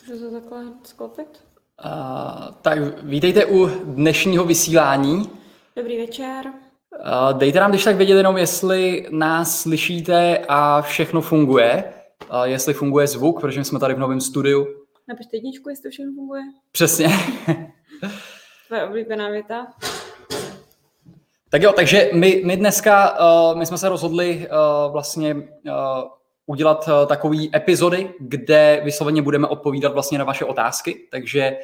Můžu to takhle sklopit? Tak vítejte u dnešního vysílání. Dobrý večer. Dejte nám když tak vědět jenom, jestli nás slyšíte a všechno funguje. Jestli funguje zvuk, protože jsme tady v novém studiu. Napište jedničku, jestli to všechno funguje. Přesně. Tvoje oblíbená věta. Tak jo, takže my dneska my jsme se rozhodli vlastně udělat takový epizody, kde vysloveně budeme odpovídat vlastně na vaše otázky. Takže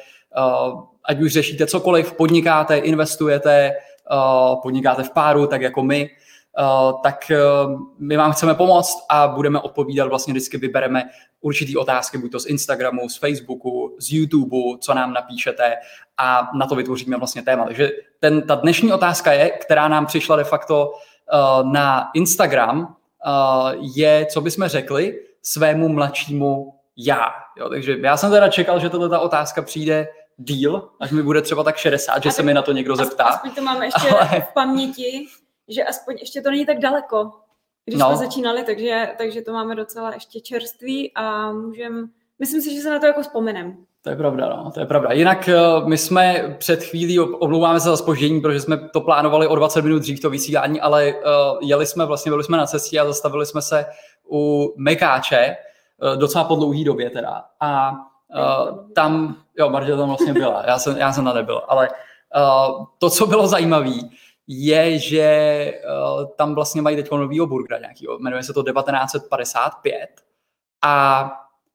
ať už řešíte cokoliv, podnikáte, investujete, podnikáte v páru, tak jako my, tak my vám chceme pomoct a budeme odpovídat, vlastně vždycky vybereme určitý otázky, buď to z Instagramu, z Facebooku, z YouTubeu, co nám napíšete a na to vytvoříme vlastně téma. Takže ta dnešní otázka je, která nám přišla de facto na Instagram, je, co bychom řekli svému mladšímu já. Jo, takže já jsem teda čekal, že tato otázka přijde díl, až mi bude třeba tak 60, že se mi na to někdo zeptá. Aspoň to máme ještě v paměti, že aspoň ještě to není tak daleko, když jsme začínali, takže to máme docela ještě čerství a myslím si, že se na to jako vzpomenem. To je pravda, no, to je pravda. Jinak my jsme před chvílí, omlouváme se za zpoždění, protože jsme to plánovali o 20 minut dřív to vysílání, ale byli jsme na cestě a zastavili jsme se u Mekáče, docela po dlouhý době teda. A tam, Marta tam vlastně byla, já jsem tam nebyl, ale to, co bylo zajímavé, je, že tam vlastně mají teď novýho burgera nějakýho, jmenuje se to 1955 a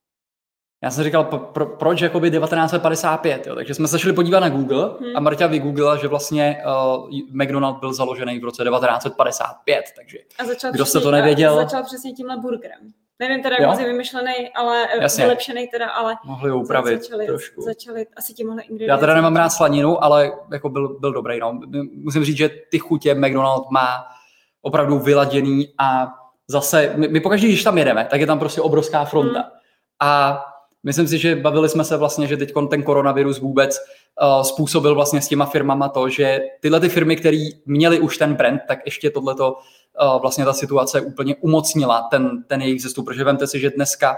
já jsem říkal, proč jakoby 1955, jo? Takže jsme se šli podívat na Google a Marta vygooglila, že vlastně McDonald byl založený v roce 1955, takže kdo jste to nevěděl. Začal přesně tímhle burgerem. Nevím teda, jak je vymyšlený, ale vylepšený teda, ale mohli ho upravit trošku. Začali asi tímhle ingredienci. Já teda nemám rád slaninu, ale jako byl dobrý. No. Musím říct, že ty chutě McDonald má opravdu vyladěný a zase, my pokaždé, když tam jedeme, tak je tam prostě obrovská fronta. A myslím si, že bavili jsme se vlastně, že teď ten koronavirus vůbec způsobil vlastně s těma firmama to, že tyhle ty firmy, které měly už ten brand, tak ještě tohleto vlastně ta situace úplně umocnila ten jejich zestup, protože vemte si, že dneska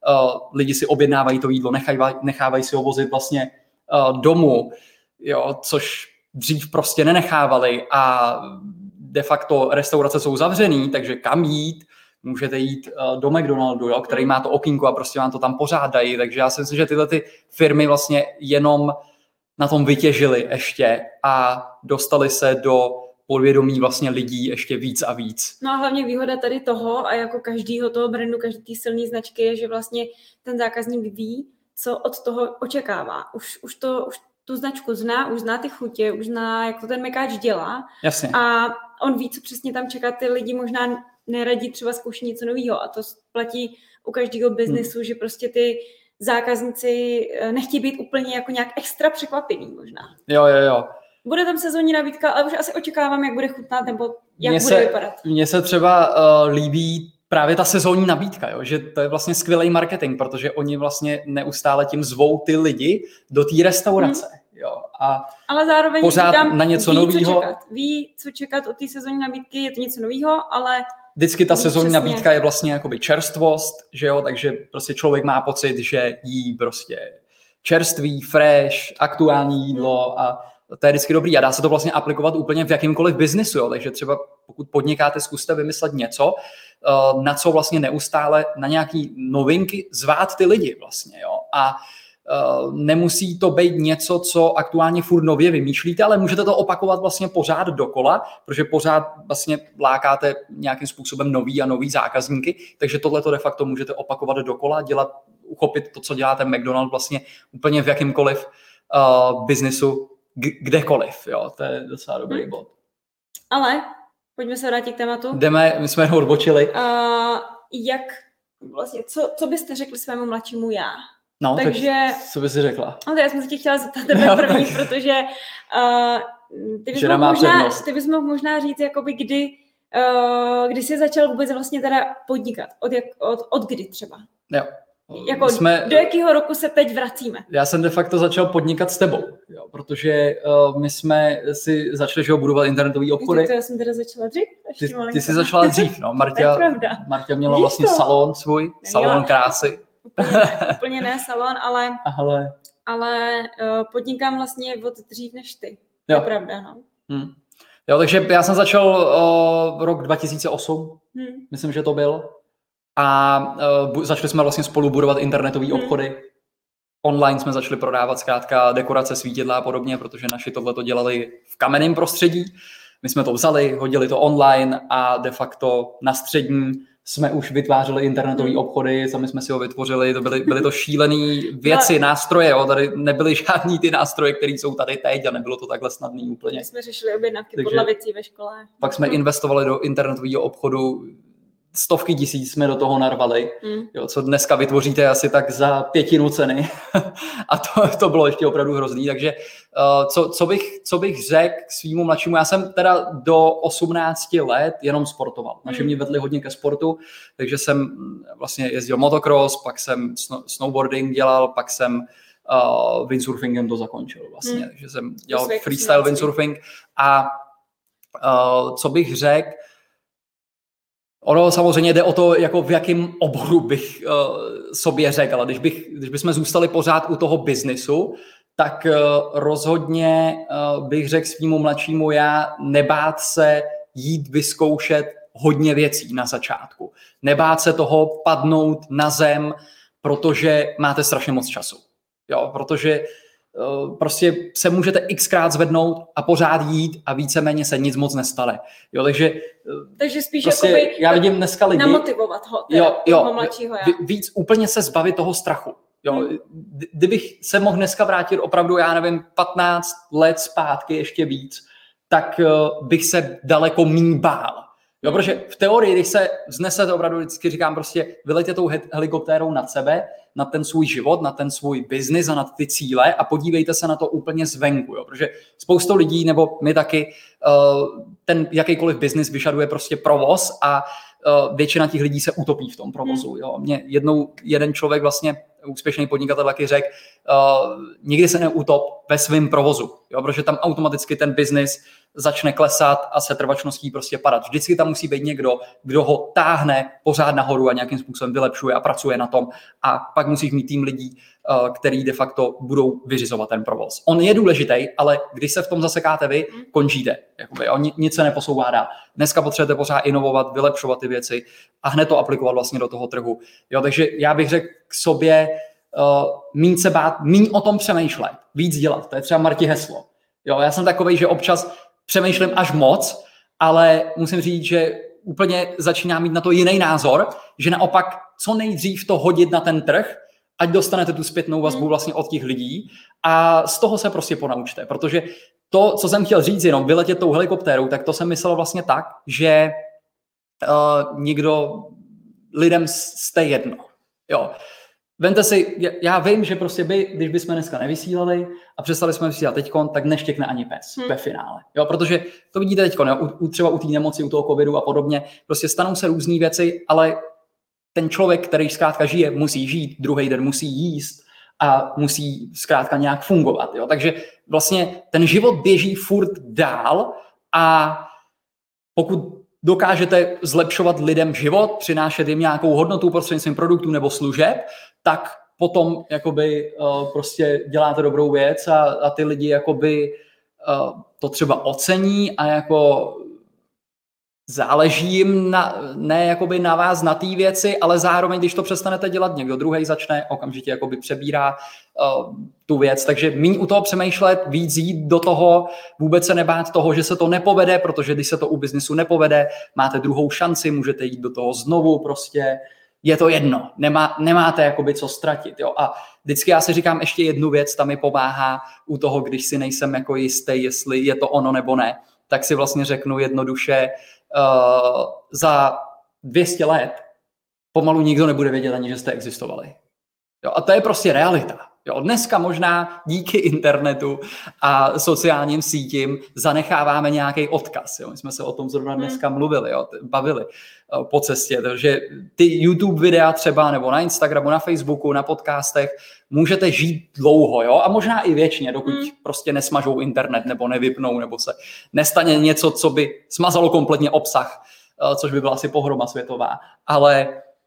lidi si objednávají to jídlo, nechávají si ho vozit vlastně domů, jo, což dřív prostě nenechávali a de facto restaurace jsou zavřený, takže kam jít, můžete jít do McDonaldu, jo, který má to okýnko a prostě vám to tam pořádají, takže já si myslím, že tyhle ty firmy vlastně jenom na tom vytěžily ještě a dostali se do podvědomí vlastně lidí ještě víc a víc. No a hlavně výhoda tady toho a jako každýho toho brandu, každý té silné značky je, že vlastně ten zákazník ví, co od toho očekává. Už tu značku zná, už zná ty chutě, už zná, jak to ten mekáč dělá. Jasně. A on ví, co přesně tam čeká. Ty lidi možná neradí třeba zkoušet něco nového a to platí u každého biznesu, že prostě ty zákazníci nechtějí být úplně jako nějak extra překvapiví možná. Jo. Bude tam sezónní nabídka, ale už asi očekávám, jak bude chutnat nebo jak bude vypadat. Mně se třeba líbí právě ta sezónní nabídka, jo? Že to je vlastně skvělý marketing, protože oni vlastně neustále tím zvou ty lidi do té restaurace. Jo? Ale zároveň pořád tam na něco nového. Ví, co čekat od té sezónní nabídky, je to něco nového, ale vždycky ta sezónní nabídka je vlastně jakoby čerstvost, že jo, takže prostě člověk má pocit, že jí prostě čerstvý, fresh, aktuální jídlo a to je vždycky dobrý a dá se to vlastně aplikovat úplně v jakýmkoliv biznisu, jo, takže třeba pokud podnikáte, zkuste vymyslet něco, na co vlastně neustále, na nějaký novinky zvát ty lidi vlastně, jo, a nemusí to být něco, co aktuálně furt nově vymýšlíte, ale můžete to opakovat vlastně pořád dokola, protože pořád vlastně lákáte nějakým způsobem nový zákazníky, takže tohleto de facto můžete opakovat dokola, uchopit to, co děláte McDonald vlastně úplně v jakýmkoliv biznisu, kdekoliv, jo, to je docela dobrý bod. Ale pojďme se vrátit k tématu. My jsme ho odbočili. Jak vlastně, co byste řekli svému mladšímu já? No, takže co bys si řekla? Ale já jsem se tě chtěla zeptat tebe první, protože ty bys mohl možná říct, jakoby kdy jsi začal vůbec vlastně teda podnikat, od kdy třeba? Jo. Jako do jakého roku se teď vracíme? Já jsem de facto začal podnikat s tebou, jo, protože my jsme si začali budovat internetový obchody. To já jsem teda začala dřív. Ty jsi začala dřív, no. Marta měla vlastně salon krásy. úplně ne salon, ale podnikám vlastně od dřív než ty. To je pravda, no. Jo, takže já jsem začal rok 2008, myslím, že to byl. A začali jsme vlastně spolu budovat internetové obchody. Online jsme začali prodávat zkrátka dekorace, svítidla a podobně, protože naši tohleto dělali v kamenném prostředí. My jsme to vzali, hodili to online a de facto na střední jsme už vytvářeli internetové obchody, sami jsme si ho vytvořili, byly to šílené věci, nástroje, jo, tady nebyly žádný ty nástroje, které jsou tady teď a nebylo to takhle snadný úplně. My jsme řešili objednávky podle věcí ve škole. Pak jsme investovali do internetového obchodu, stovky tisíc jsme do toho narvali, jo, co dneska vytvoříte asi tak za 5 ceny a to bylo ještě opravdu hrozný, takže co bych řekl svýmu mladšímu, já jsem teda do 18 let jenom sportoval, naši mě vedli hodně ke sportu, takže jsem vlastně jezdil motocross, pak jsem snowboarding dělal, pak jsem windsurfingem to zakončil vlastně, takže jsem dělal freestyle windsurfing a co bych řekl, ono samozřejmě jde o to, jako v jakém oboru bych sobě řekl, ale když bychom zůstali pořád u toho biznisu, tak rozhodně bych řekl svýmu mladšímu, já nebát se jít vyzkoušet hodně věcí na začátku. Nebát se toho padnout na zem, protože máte strašně moc času. Jo, protože prostě se můžete xkrát zvednout a pořád jít a víceméně se nic moc nestane. Jo, takže spíš prostě jakoby já vidím dneska lidi, namotivovat ho, toho mladšího já. Víc úplně se zbavit toho strachu. Jo, kdybych se mohl dneska vrátit opravdu, já nevím, 15 let zpátky ještě víc, tak bych se daleko míň bál. Jo, protože v teorii, když se vznesete, opravdu vždycky říkám prostě, vyletěte tou helikoptérou nad sebe, na ten svůj život, na ten svůj biznis a na ty cíle a podívejte se na to úplně zvenku, jo, protože spoustu lidí, nebo my taky, ten jakýkoliv biznis vyžaduje prostě provoz a většina těch lidí se utopí v tom provozu. Jo. Mě jednou jeden člověk vlastně, úspěšný podnikatel, taky řekl, nikdy se neutop ve svém provozu, jo, protože tam automaticky ten biznis začne klesat a setrvačností prostě padat. Vždycky tam musí být někdo, kdo ho táhne pořád nahoru a nějakým způsobem vylepšuje a pracuje na tom a pak musíš mít tým lidí, který de facto budou vyřizovat ten provoz. On je důležitý, ale když se v tom zasekáte vy, končíte. Jakoby, jo, nic se neposouvá dál. Dneska potřebujete pořád inovovat, vylepšovat ty věci a hned to aplikovat vlastně do toho trhu. Jo, takže já bych řekl k sobě, míň se bát, míň o tom přemýšlet, víc dělat. To je třeba Marti heslo. Jo, já jsem takovej, že občas přemýšlím až moc, ale musím říct, že úplně začíná mít na to jiný názor, že naopak co nejdřív to hodit na ten trh, ať dostanete tu zpětnou vazbu vlastně od těch lidí a z toho se prostě ponaučte, protože to, co jsem chtěl říct, jenom vyletět tou helikoptérou, tak to jsem myslel vlastně tak, že lidem jste jedno. Jo. Vemte si, já vím, že prostě když bychom dneska nevysílali a přestali jsme vysílat teďkon, tak neštěkne ani pes ve finále. Jo, protože to vidíte teďkon, třeba u té nemoci, u toho covidu a podobně, prostě stanou se různý věci, ale ten člověk, který zkrátka žije, musí žít, druhý den musí jíst a musí zkrátka nějak fungovat. Jo? Takže vlastně ten život běží furt dál a pokud dokážete zlepšovat lidem život, přinášet jim nějakou hodnotu prostřednictvím produktů nebo služeb, tak potom jakoby prostě děláte dobrou věc a ty lidi jakoby to třeba ocení a jako záleží jim ne jakoby na vás, na té věci, ale zároveň, když to přestanete dělat, někdo druhý začne, okamžitě jakoby přebírá tu věc. Takže míň u toho přemýšlet, víc jít do toho, vůbec se nebát toho, že se to nepovede, protože když se to u biznisu nepovede, máte druhou šanci, můžete jít do toho znovu, prostě je to jedno, nemáte jakoby co ztratit. Jo? A vždycky já si říkám ještě jednu věc, ta mi pomáhá u toho, když si nejsem jako jistý, jestli je to ono nebo ne, tak si vlastně řeknu jednoduše, za 200 let pomalu nikdo nebude vědět ani, že jste existovali. Jo, a to je prostě realita. Jo, dneska možná díky internetu a sociálním sítím zanecháváme nějaký odkaz. Jo. My jsme se o tom zrovna dneska bavili po cestě. Takže ty YouTube videa třeba nebo na Instagramu, na Facebooku, na podcastech můžete žít dlouho, jo? A možná i věčně, dokud prostě nesmažou internet nebo nevypnou, nebo se nestane něco, co by smazalo kompletně obsah, což by byla asi pohroma světová. Ale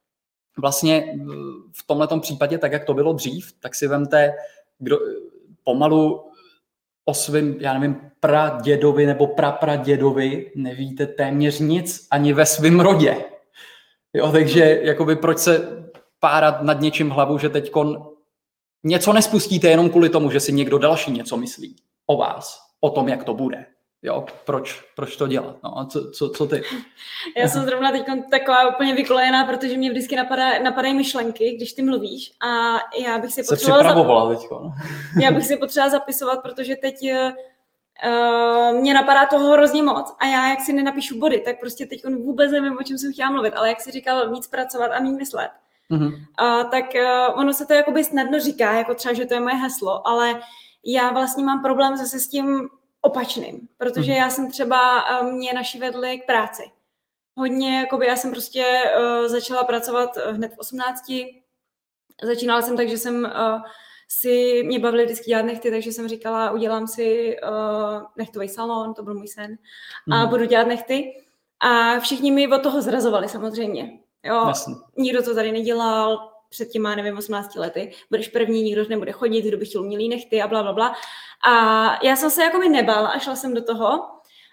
vlastně v tomhletom případě, tak jak to bylo dřív, tak si vemte, kdo pomalu o svým, já nevím, pradědovi nebo prapradědovi nevíte téměř nic ani ve svém rodě. Jo, takže jakoby proč se párat nad něčím hlavu, že teďkon něco nespustíte jenom kvůli tomu, že si někdo další něco myslí o vás, o tom, jak to bude. Jo, proč to dělat? No, a co ty? Já jsem zrovna teď taková úplně vykolejená, protože mě vždycky napadají myšlenky, když ty mluvíš a já bych si potřebovala teďko. Já bych si potřebovala zapisovat, protože teď mě napadá toho hrozně moc a já, jak si nenapíšu body, tak prostě teď vůbec nevím, o čem jsem chtěla mluvit, ale jak jsi říkal, víc pracovat a méně myslet. Tak ono se to jakoby snadno říká, jako třeba, že to je moje heslo, ale já vlastně mám problém zase s tím opačným, protože já jsem třeba, mě naši vedli k práci. Hodně, jakoby já jsem prostě začala pracovat hned v 18. Začínala jsem tak, že jsem mě bavily vždycky dělat nechty, takže jsem říkala, udělám si nechtový salon, to byl můj sen, a budu dělat nechty. A všichni mi od toho zrazovali samozřejmě. Jo, Jasně. Nikdo to tady nedělal před těma, nevím, 18 lety. Budeš první, nikdo nebude chodit, kdo by chtěl umělý nechty a blablabla. A já jsem se jakoby nebála a šla jsem do toho.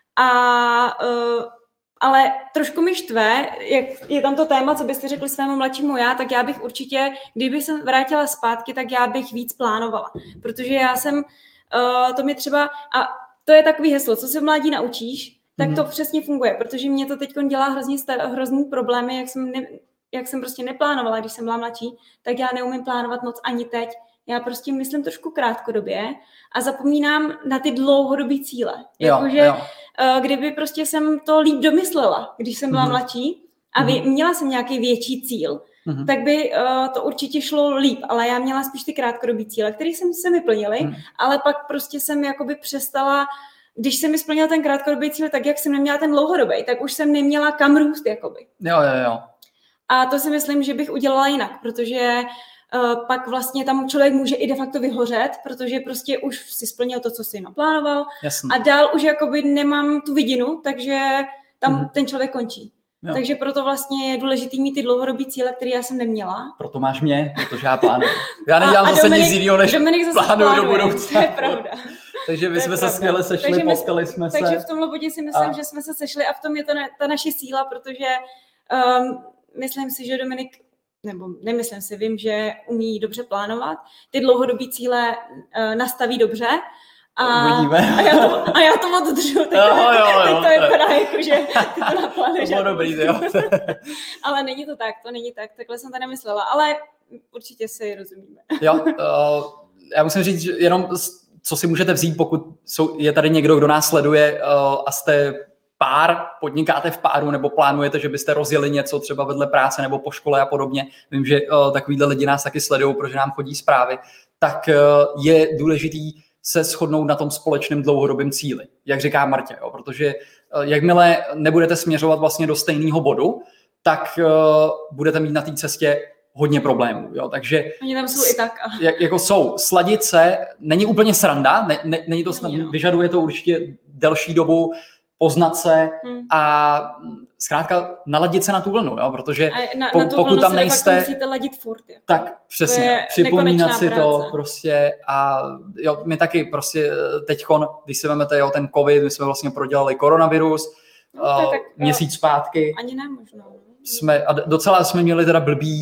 Ale trošku mi štve, jak je tam to téma, co byste řekli svému mladšímu já, tak já bych určitě, kdybych se vrátila zpátky, tak já bych víc plánovala. Protože já jsem, to mi třeba, a to je takový heslo, co se v mládí naučíš, tak to přesně funguje, protože mě to teď dělá hrozný problémy, jak jsem prostě neplánovala, když jsem byla mladší, tak já neumím plánovat moc ani teď. Já prostě myslím trošku krátkodobě a zapomínám na ty dlouhodobý cíle. Jakože kdyby prostě jsem to líp domyslela, když jsem byla mladší a měla jsem nějaký větší cíl, tak by to určitě šlo líp, ale já měla spíš ty krátkodobý cíle, které jsem se mi plnily, ale pak prostě jsem jakoby přestala. Když jsem mi splnila ten krátkodobý cíl, tak jak jsem neměla ten dlouhodobý, tak už jsem neměla kam růst, jakoby. Jo. A to si myslím, že bych udělala jinak, protože pak vlastně tam člověk může i de facto vyhořet, protože prostě už si splnil to, co si naplánoval. Jasně. A dál už jakoby nemám tu vidinu, takže tam ten člověk končí. Jo. Takže proto vlastně je důležitý mít ty dlouhodobý cíle, které já jsem neměla. Proto máš mě, protože já plánuju. Já nedělám zase nic jiného, než plánuju do budoucna. To je pravda. Takže my jsme se skvěle sešli, potkali jsme se. Takže v tomhle bodě si myslím, že jsme se sešli a v tom je to ta naše síla, protože myslím si, že Dominik, nebo nemyslím si, vím, že umí dobře plánovat, ty dlouhodobý cíle nastaví dobře a já to moc držu. Teď to vypadá jako, že ty to naplánuješ. To bylo dobrý, jo. Ale není to tak, takhle jsem to nemyslela, ale určitě si rozumíme. Jo, já musím říct, že jenom co si můžete vzít, pokud je tady někdo, kdo nás sleduje a jste pár, podnikáte v páru nebo plánujete, že byste rozjeli něco třeba vedle práce nebo po škole a podobně. Vím, že takovýhle lidi nás taky sledují, protože nám chodí zprávy. Tak je důležitý se shodnout na tom společném dlouhodobém cíli, jak říká Martě, jo? Protože jakmile nebudete směřovat vlastně do stejného bodu, tak budete mít na té cestě hodně problémů, jo, takže oni tam jsou i tak. Jako jsou, sladit se není úplně sranda, není to snad, vyžaduje to určitě delší dobu, poznat se a zkrátka naladit se na tu vlnu, jo, protože pokud tam nejste, musíte ladit furt. Jako. Tak přesně, připomínat si to prostě a jo, my taky prostě teďkon, když si vemete ten covid, my jsme vlastně prodělali koronavirus, měsíc zpátky. Ani ne možná. Docela jsme měli teda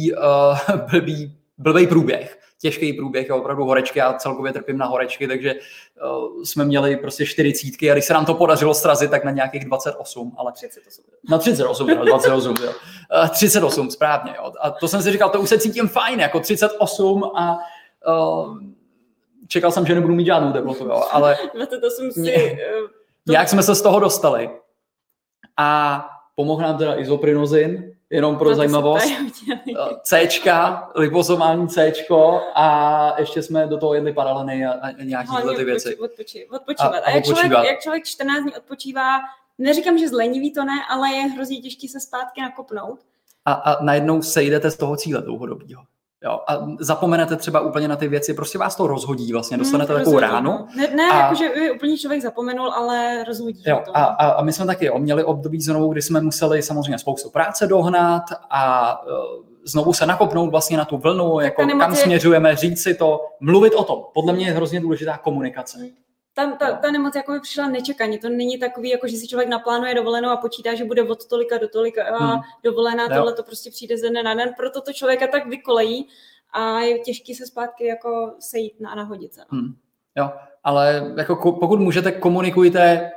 blbý průběh, těžký průběh, opravdu horečky, já celkově trpím na horečky, takže jsme měli prostě 40 a když se nám to podařilo srazit, tak na nějakých 28, ale 38. Na 38, 28, jo. 38, správně, jo. A to jsem si říkal, to už se cítím fajn, jako 38 a čekal jsem, že nebudu mít žádnou teplotu, jo, ale 28 jak jsme se z toho dostali a pomohl nám teda izoprinozin, jenom pro zajímavost. Cčka, liposomální Cčko a ještě jsme do toho jedli paraleny a nějaký ty věci. Odpočívat. A jak člověk 14 dní odpočívá, neříkám, že zlenivý to ne, ale je hrozně těžký se zpátky nakopnout. A najednou sejdete z toho cíle dlouhodobýho. Jo, a zapomenete třeba úplně na ty věci, prostě vás to rozhodí vlastně, dostanete takovou ránu. Ne jakože by úplně člověk zapomenul, ale rozhodí jo, to. A my jsme taky měli období znovu, kdy jsme museli samozřejmě spoustu práce dohnat a znovu se nakopnout vlastně na tu vlnu, jako kam směřujeme, říct si to, mluvit o tom. Podle mě je hrozně důležitá komunikace. Ta nemoc jako by přišla nečekaně. To není takový, jako že si člověk naplánuje dovolenou a počítá, že bude od tolika do tolika a dovolená, tohle to prostě přijde ze dne na den, proto to člověka tak vykolejí a je těžký se zpátky jako sejít a nahodit se. No. Jo, ale jako pokud můžete, komunikujte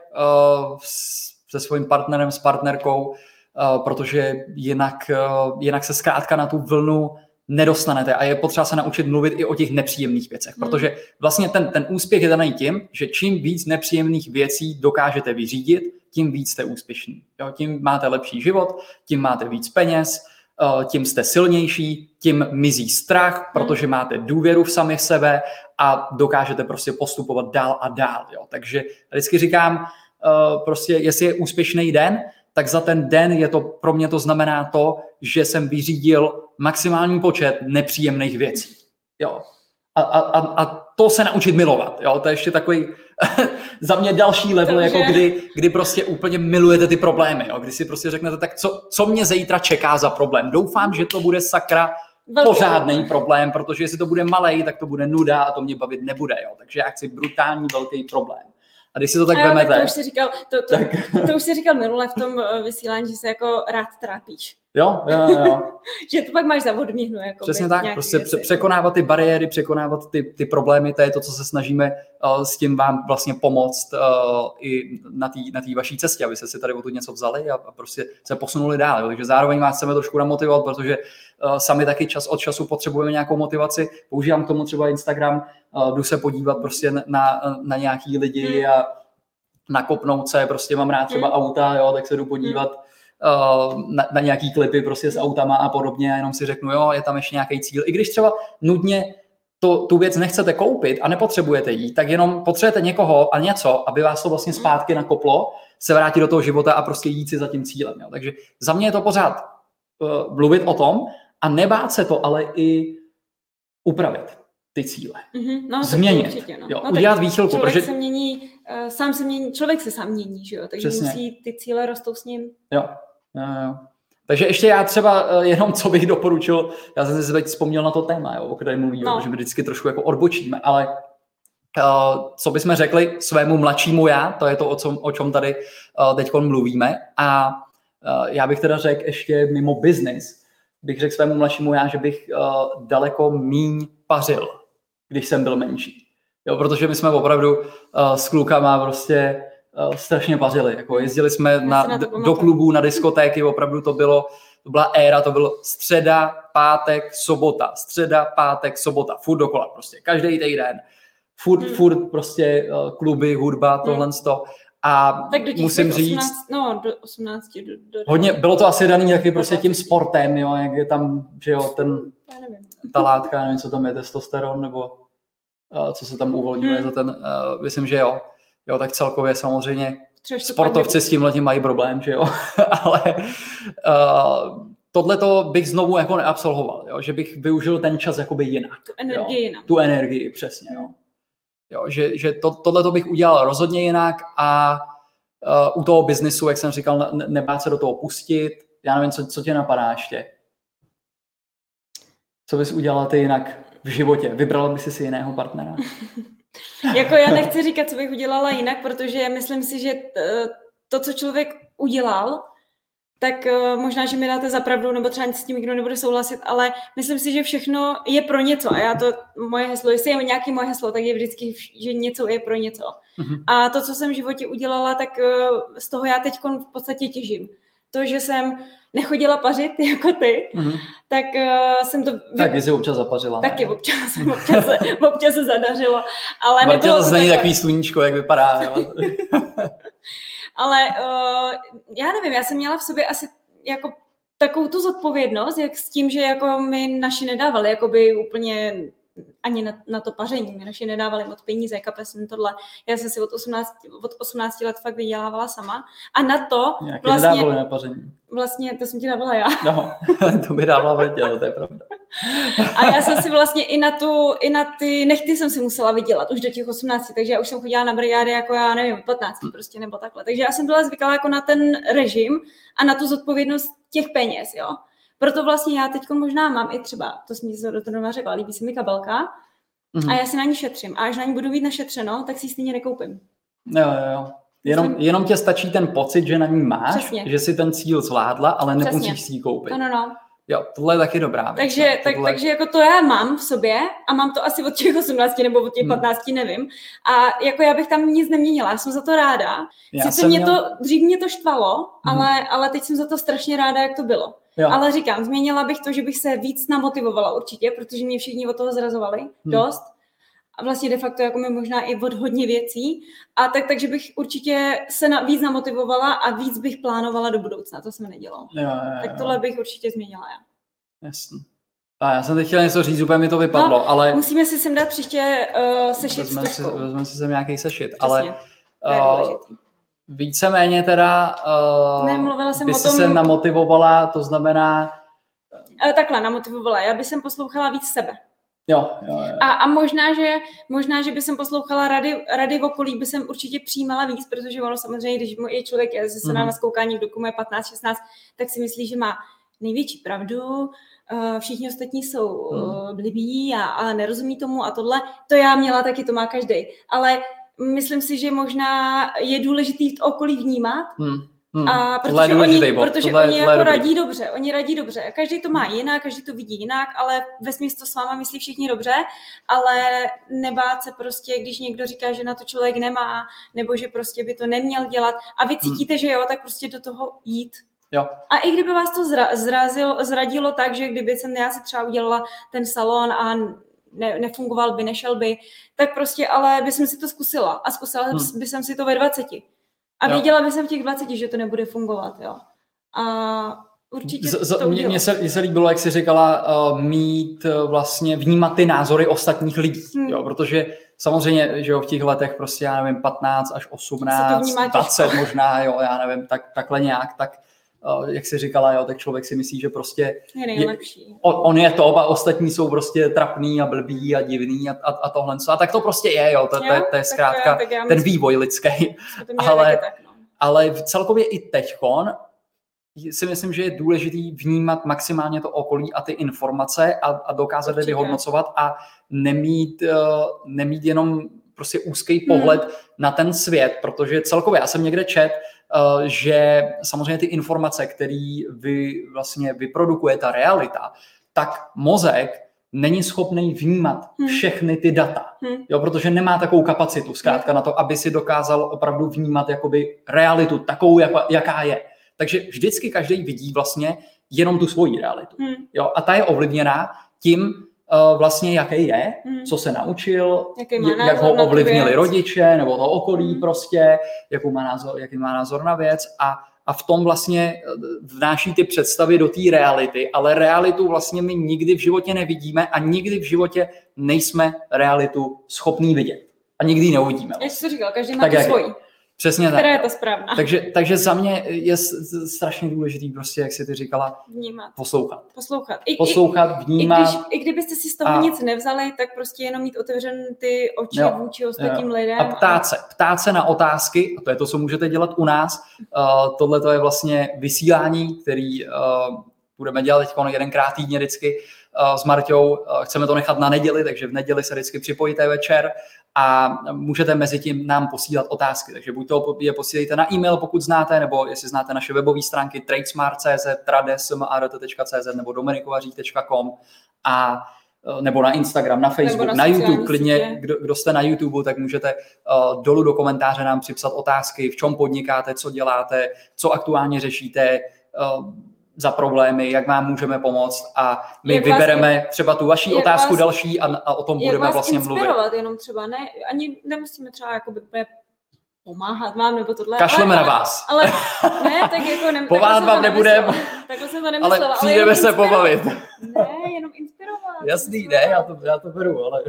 se svým partnerem, s partnerkou, protože jinak se zkrátka na tu vlnu nedostanete a je potřeba se naučit mluvit i o těch nepříjemných věcech, protože vlastně ten úspěch je daný tím, že čím víc nepříjemných věcí dokážete vyřídit, tím víc jste úspěšní. Jo? Tím máte lepší život, tím máte víc peněz, tím jste silnější, tím mizí strach, protože máte důvěru v sami v sebe a dokážete prostě postupovat dál a dál. Jo? Takže vždycky říkám, prostě jestli je úspěšný den, tak za ten den je to, pro mě to znamená to, že jsem vyřídil maximální počet nepříjemných věcí. Jo. A to se naučit milovat. Jo. To je ještě takový za mě další level, jako kdy prostě úplně milujete ty problémy. Jo. Kdy si prostě řeknete, tak co mě zítra čeká za problém. Doufám, že to bude sakra pořádný problém, protože jestli to bude malej, tak to bude nuda a to mě bavit nebude. Jo. Takže já chci brutální velký problém. A když si to tak vemete... To už jsi říkal minule v tom vysílání, že se jako rád trápíš. Jo. Že to pak máš za odměnu. Přesně tak, prostě překonávat ty bariéry, překonávat ty problémy, to je to, co se snažíme s tím vám vlastně pomoct i na té vaší cestě, abyste si tady odtud něco vzali a prostě se posunuli dál. Jo. Takže zároveň vás chceme trošku namotivovat, protože sami taky čas od času potřebujeme nějakou motivaci. Používám k tomu třeba Instagram, jdu se podívat prostě na nějaký lidi a nakopnout se, prostě mám rád třeba auta, jo, tak se jdu podívat na nějaký klipy prostě s autama a podobně a jenom si řeknu, jo, je tam ještě nějaký cíl. I když třeba nutně tu věc nechcete koupit a nepotřebujete jí, tak jenom potřebujete někoho a něco, aby vás to vlastně zpátky nakoplo, se vrátit do toho života a prostě jít si za tím cílem. Jo. Takže za mě je to pořád mluvit o tom a nebát se to, ale i upravit ty cíle. Změnit. Určitě, no. Jo, udělat výchylku. Člověk se mění, člověk se sám mění, že jo? Takže musí ty cíle rostou s ním. Jo. Takže ještě já třeba jenom, co bych doporučil, já jsem si teď vzpomněl na to téma, jo, o kterém mluvím, že my vždycky trošku jako odbočíme, ale co bychom řekli svému mladšímu já, to je to, o čem tady teď mluvíme a já bych teda řekl ještě mimo business, bych řekl svému mladšímu já, že bych daleko míň pařil, když jsem byl menší. Jo, protože my jsme opravdu s klukama prostě strašně pařili. Jako jezdili jsme do klubů, na diskotéky, opravdu to byla éra, to byl středa, pátek, sobota. Středa, pátek, sobota. Furt dokola prostě. Každý týden. Furt prostě kluby, hudba, tohle to. A tak musím říct... do 18. Hodně, bylo to asi daný taky prostě tím sportem, jo, jak je tam, že jo, ta látka, nevím, co tam je, testosteron, nebo co se tam uvolňuje za ten, myslím, že jo. Jo, tak celkově samozřejmě sportovci s tímhletím mají problém, že jo, ale tohleto bych znovu jako neabsolvoval, jo, že bych využil ten čas jakoby jinak. Tu energii, přesně, jo. Jo, že tohleto bych udělal rozhodně jinak a u toho biznisu, jak jsem říkal, nebát se do toho pustit. Já nevím, co tě napadá ještě. Co bys udělala ty jinak v životě? Vybrala bys si jiného partnera? Jako já nechci říkat, co bych udělala jinak, protože myslím si, že to, co člověk udělal, tak možná, že mi dáte za pravdu, nebo třeba s tím nikdo nebude souhlasit, ale myslím si, že všechno je pro něco. A moje heslo, jestli je nějaké moje heslo, tak je vždycky, že něco je pro něco. Mm-hmm. A to, co jsem v životě udělala, tak z toho já teď v podstatě těžím. To, že jsem nechodila pařit jako ty, tak jsem to... Taky jsi občas zapařila. Taky občas se zadařilo. Ale Martina zase není takový sluníčko, jak vypadá. Ale já nevím, já jsem měla v sobě asi jako takovou tu zodpovědnost, jak s tím, že jako mi naši nedávali jakoby úplně ani na to paření. Mi naši nedávali moc peníze, kapes tohle. Já jsem si od 18 let fakt vydělávala sama. A na to nějaký vlastně... nedávali na paření. Vlastně, to jsem ti dávala já. No, to mi dávala Vrtěl, to je pravda. A já jsem si vlastně i na ty nechty jsem si musela vydělat už do těch 18, takže já už jsem chodila na brigády jako já nevím, 15 prostě nebo takhle. Takže já jsem byla zvyklá jako na ten režim a na tu zodpovědnost těch peněz, jo. Proto vlastně já teď možná mám i třeba, to jsem se do toho řekla, líbí se mi kabelka a já si na ní šetřím. A až na ní budu mít našetřeno, tak si ji stejně nekoupím. Jo. Jenom tě stačí ten pocit, že na ní máš, Přesně. že si ten cíl zvládla, ale nemusíš si ji koupit. No. Jo, tohle je taky dobrá věc. Takže jako to já mám v sobě a mám to asi od těch 18 nebo od těch 15, nevím. A jako já bych tam nic neměnila, já jsem za to ráda. Dřív mě to štvalo, ale teď jsem za to strašně ráda, jak to bylo. Jo. Ale říkám, změnila bych to, že bych se víc namotivovala určitě, protože mě všichni od toho zrazovali dost. A vlastně de facto jako mi možná i od hodně věcí. A takže bych určitě se víc namotivovala a víc bych plánovala do budoucna. To jsme nedělali. Tak tohle bych určitě změnila já. Jasně. A já jsem teď chtěla něco říct, úplně mi to vypadlo, ale... Musíme si sem dát příště sešit s troškou. Vezmeme si sem nějaký sešit, ale... Víceméně teda by si se namotivovala, to znamená... Takhle, namotivovala. Já bych sem poslouchala víc sebe. Jo. A možná, že by jsem poslouchala rady v okolí, by jsem určitě přijímala víc, protože ono samozřejmě, když je člověk se na naskoukání, kdo komu je 15, 16, tak si myslí, že má největší pravdu, všichni ostatní jsou blbí a nerozumí tomu a tohle. To já měla taky, to má každej. Ale myslím si, že možná je důležitý v okolí vnímat, a protože oni jako radí dobře. Každý to má jinak, každý to vidí jinak, ale vesměs to s váma myslí všichni dobře, ale nebát se prostě, když někdo říká, že na to člověk nemá, nebo že prostě by to neměl dělat a vy cítíte, že jo, tak prostě do toho jít. Jo. A i kdyby vás to zradilo tak, že kdyby já si třeba udělala ten salon a nefungoval by, nešel by, tak prostě, ale by jsem si to zkusila a zkusila by jsem si to ve 20. A věděla bych jsem v těch 20, že to nebude fungovat, jo. A určitě to Mně se líbilo, jak jsi říkala, mít vlastně, vnímat ty názory ostatních lidí, jo, protože samozřejmě, že jo, v těch letech prostě, já nevím, 15 až 18, 20 možná, jo, já nevím, takhle nějak, tak jak jsi říkala, jo, tak člověk si myslí, že prostě je nejlepší. On je to a ostatní jsou prostě trapný a blbý a divný a tohle. A tak to prostě je, jo, to je zkrátka ten vývoj lidský. Ale celkově i teďkon si myslím, že je důležitý vnímat maximálně to okolí a ty informace a dokázat je vyhodnocovat a nemít jenom prostě úzký pohled na ten svět, protože celkově, já jsem někde čet, že samozřejmě ty informace, které vyprodukuje ta realita, tak mozek není schopný vnímat všechny ty data, jo, protože nemá takovou kapacitu zkrátka na to, aby si dokázal opravdu vnímat jakoby realitu takovou, jaká je. Takže vždycky každý vidí vlastně jenom tu svoji realitu. Jo, a ta je ovlivněná tím, vlastně jaký je, co se naučil, jak ho ovlivnili rodiče nebo to okolí prostě, jaký má názor na věc a v tom vlastně vnáší ty představy do té reality, ale realitu vlastně my nikdy v životě nevidíme a nikdy v životě nejsme realitu schopný vidět. A nikdy ji neuvidíme. Jak jsi to říkal, každý má tu svoji. Přesně tak. Která je to správná. Takže za mě je strašně důležitý prostě, jak jsi ty říkala, vnímat. Poslouchat, vnímat. I kdybyste si z toho nic nevzali, tak prostě jenom mít otevřené ty oči vůči ostatním lidem. A ptát se na otázky, a to je to, co můžete dělat u nás. Tohle to je vlastně vysílání, který budeme dělat teď jedenkrát týdně vždycky s Marťou. Chceme to nechat na neděli, takže v neděli se vždycky připojíte večer a můžete mezi tím nám posílat otázky. Takže buď to je posílejte na e-mail, pokud znáte, nebo jestli znáte naše webové stránky tradesmart.cz, trade.smart.cz nebo dominikovařík.com a nebo na Instagram, na Facebook, na YouTube. Klidně, kdo jste na YouTube, tak můžete dolů do komentáře nám připsat otázky, v čem podnikáte, co děláte, co aktuálně řešíte, za problémy, jak vám můžeme pomoct a my vybereme třeba tu vaši otázku další a o tom budeme vlastně mluvit. Jak vás inspirovat jenom třeba, ne? Ani nemusíme třeba jakoby pomáhat vám nebo tohle. Kašleme na vás. Ale ne, tak jako pomáhat vám nebudeme. Takhle jsem to nemyslela. Ale přijdeme se pobavit. Ne, jenom inspirovat. Jasný, ne, já to beru, ale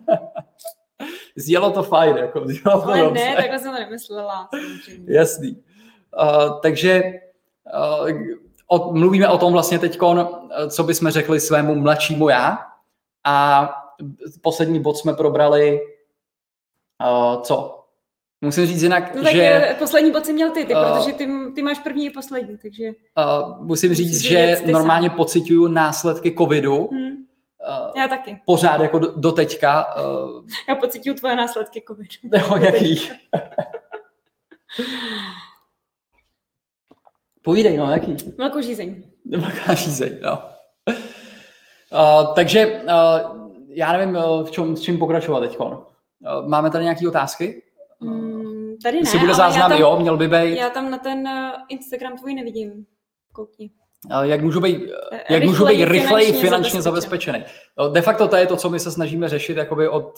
zjelo to fajn, jako zjelo to ale dobře. Ne, takhle jsem to nemyslela. Jasný. Takže mluvíme o tom vlastně teďkon, co bychom řekli svému mladšímu já. A poslední bod jsme probrali co? Musím říct jinak, no, tak že... poslední bod si měl ty, protože ty máš první i poslední, takže... Musím říct, že normálně pociťuju následky covidu. Já taky. Pořád jako do teďka. Já pociťuju tvoje následky covidu. Nebo jaký? Povídej, no, jaký? Velkou žízeň. Velká žízeň, no. Takže já nevím, s čím pokračovat teďko. Máme tady nějaké otázky? Tady ne, jestli bude záznam, jo, měl by být. Já tam na ten Instagram tvůj nevidím. Koukni. Jak můžu být rychleji finančně zabezpečený. De facto to je to, co my se snažíme řešit jakoby od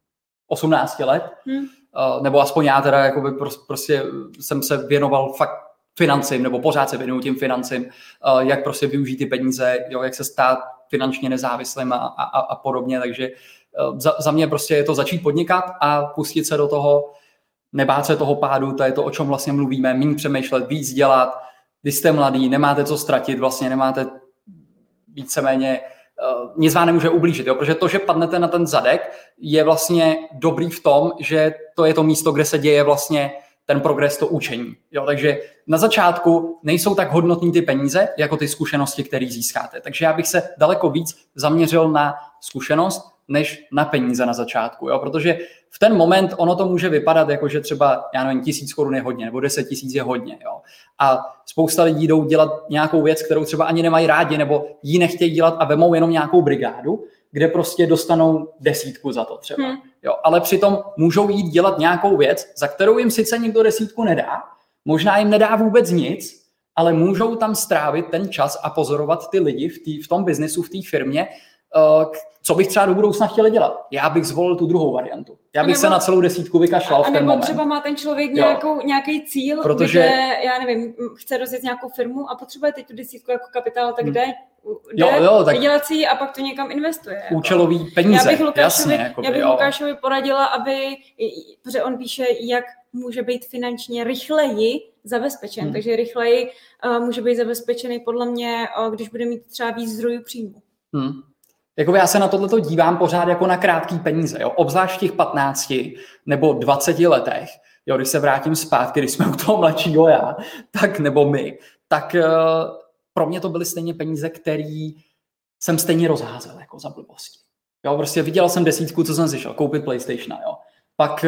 18 let. Nebo aspoň já teda jakoby prostě jsem se věnoval fakt financím, nebo pořád se věnuju tím financím, jak prostě využít ty peníze, jo, jak se stát finančně nezávislým a podobně. Takže za mě prostě je to začít podnikat a pustit se do toho, nebát se toho pádu, to je to, o čem vlastně mluvíme, méně přemýšlet, víc dělat. Když jste mladý, nemáte co ztratit, vlastně nemáte víceméně, nic vám nemůže ublížit, jo? Protože to, že padnete na ten zadek, je vlastně dobrý v tom, že to je to místo, kde se děje vlastně ten progres, to učení. Jo? Takže na začátku nejsou tak hodnotní ty peníze, jako ty zkušenosti, které získáte. Takže já bych se daleko víc zaměřil na zkušenost, než na peníze na začátku. Jo? Protože v ten moment ono to může vypadat jako, že třeba, já nevím, 1000 korun je hodně, nebo 10 000 je hodně. Jo? A spousta lidí jdou dělat nějakou věc, kterou třeba ani nemají rádi, nebo ji nechtějí dělat a vemou jenom nějakou brigádu, kde prostě dostanou 10 za to třeba. Jo? Ale přitom můžou jít dělat nějakou věc, za kterou jim sice nikdo 10 nedá, možná jim nedá vůbec nic, ale můžou tam strávit ten čas a pozorovat ty lidi v tom biznesu, v té firmě, co bych třeba do budoucna chtěl dělat. Já bych zvolil tu druhou variantu. Já bych se na celou 10 vykašlal v ten moment. A nebo třeba má ten člověk nějaký cíl, protože já nevím, chce rozjet nějakou firmu a potřebuje teď tu 10 jako kapitál, tak jde vydělat si ji a pak to někam investuje. Účelový peníze, já bych Lukášovi poradila, protože on píše, jak může být finančně rychleji zabezpečen. Takže rychleji může být zabezpečený podle mě, když bude mít třeba víc zdrojů příjmu. Jakoby já se na tohleto dívám pořád jako na krátký peníze, jo? Obzvlášť v těch 15 nebo 20 letech, jo? Když se vrátím zpátky, když jsme u toho mladšího já, tak nebo my, tak pro mě to byly stejně peníze, které jsem stejně rozházel jako za blbosti. Jo? Prostě viděl jsem 10, co jsem si šel koupit PlayStationa, jo? Pak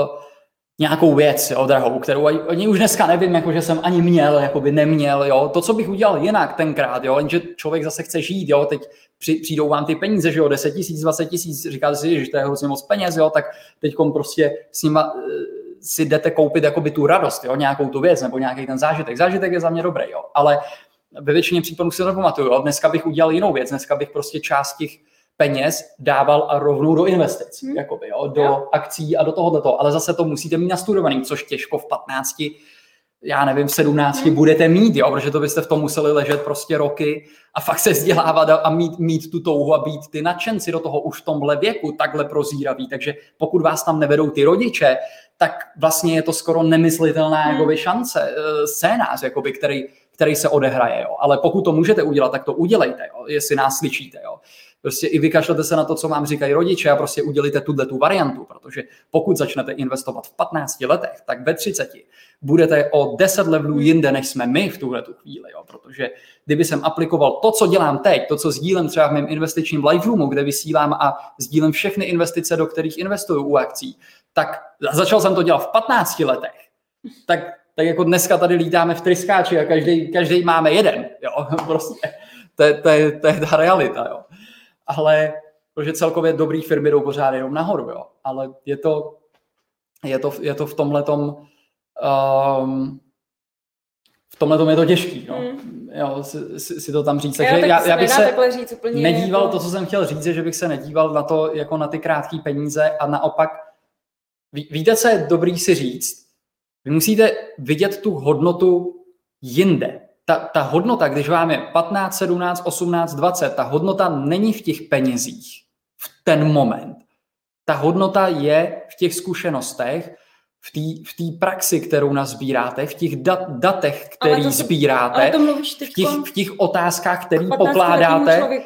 nějakou věc, jo, drahou, kterou ani už dneska nevím, jako, že jsem ani měl, jakoby neměl, jo, to, co bych udělal jinak tenkrát, jo, jenže člověk zase chce žít, jo, teď přijdou vám ty peníze, že jo, 10 000, 20 000, říkáte si, že to je hrozně moc peněz, jo, tak teďkom prostě s nima si jdete koupit jakoby tu radost, jo, nějakou tu věc, nebo nějaký ten zážitek. Zážitek je za mě dobrý, jo, ale ve většině případů si to nepamatuju, jo, dneska bych udělal jinou věc, dneska bych prostě část těch peněz dával a rovnou do investic, jakoby, jo, do akcí a do tohoto, ale zase to musíte mít nastudovaný, což těžko v 15, já nevím, v 17 budete mít, jo, protože to byste v tom museli ležet prostě roky a fakt se vzdělávat a mít tu touhu a být ty nadšenci do toho už v tomhle věku takhle prozíraví, takže pokud vás tam nevedou ty rodiče, tak vlastně je to skoro nemyslitelná jakoby šance, scénář, jakoby, který se odehraje, jo, ale pokud to můžete udělat, tak to udělejte, jo, jestli nás slyšíte, jo. Prostě i vykašlete se na to, co vám říkají rodiče a prostě udělíte tu variantu, protože pokud začnete investovat v 15 letech, tak ve 30 budete o 10 levelů jinde, než jsme my v tuhletu chvíli, jo, protože kdyby jsem aplikoval to, co dělám teď, to, co sdílím třeba v mém investičním live roomu, kde vysílám a sdílím všechny investice, do kterých investuju u akcí, tak začal jsem to dělat v 15 letech, tak jako dneska tady lítáme v tryskáči a každý máme jeden, jo, prostě to je ta realita, jo. Ale protože celkově dobrý firmy jdou pořád jenom nahoru, jo. Ale je to v tomhletom je to těžký, no. Jo, si to tam říct. Takže já bych se nedíval, jako... to, co jsem chtěl říct, je, že bych se nedíval na to, jako na ty krátké peníze a naopak, víte, co je dobrý si říct? Vy musíte vidět tu hodnotu jinde. Ta hodnota, když vám je 15, 17, 18, 20, ta hodnota není v těch penězích v ten moment. Ta hodnota je v těch zkušenostech, v té praxi, kterou nazbíráte, v těch datech, který sbíráte, v těch otázkách, které pokládáte,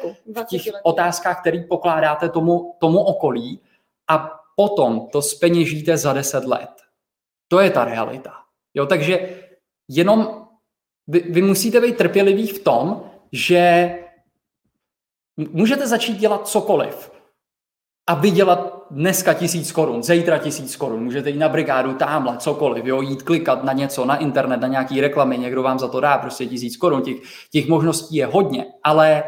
tomu okolí a potom to zpeněžíte za 10 let. To je ta realita. Jo, takže jenom vy musíte být trpěliví v tom, že můžete začít dělat cokoliv a vydělat dneska 1000 korun, zítra 1000 korun, můžete jít na brigádu, támhle, cokoliv, jo, jít klikat na něco, na internet, na nějaký reklamy, někdo vám za to dá prostě 1000 korun, těch možností je hodně, ale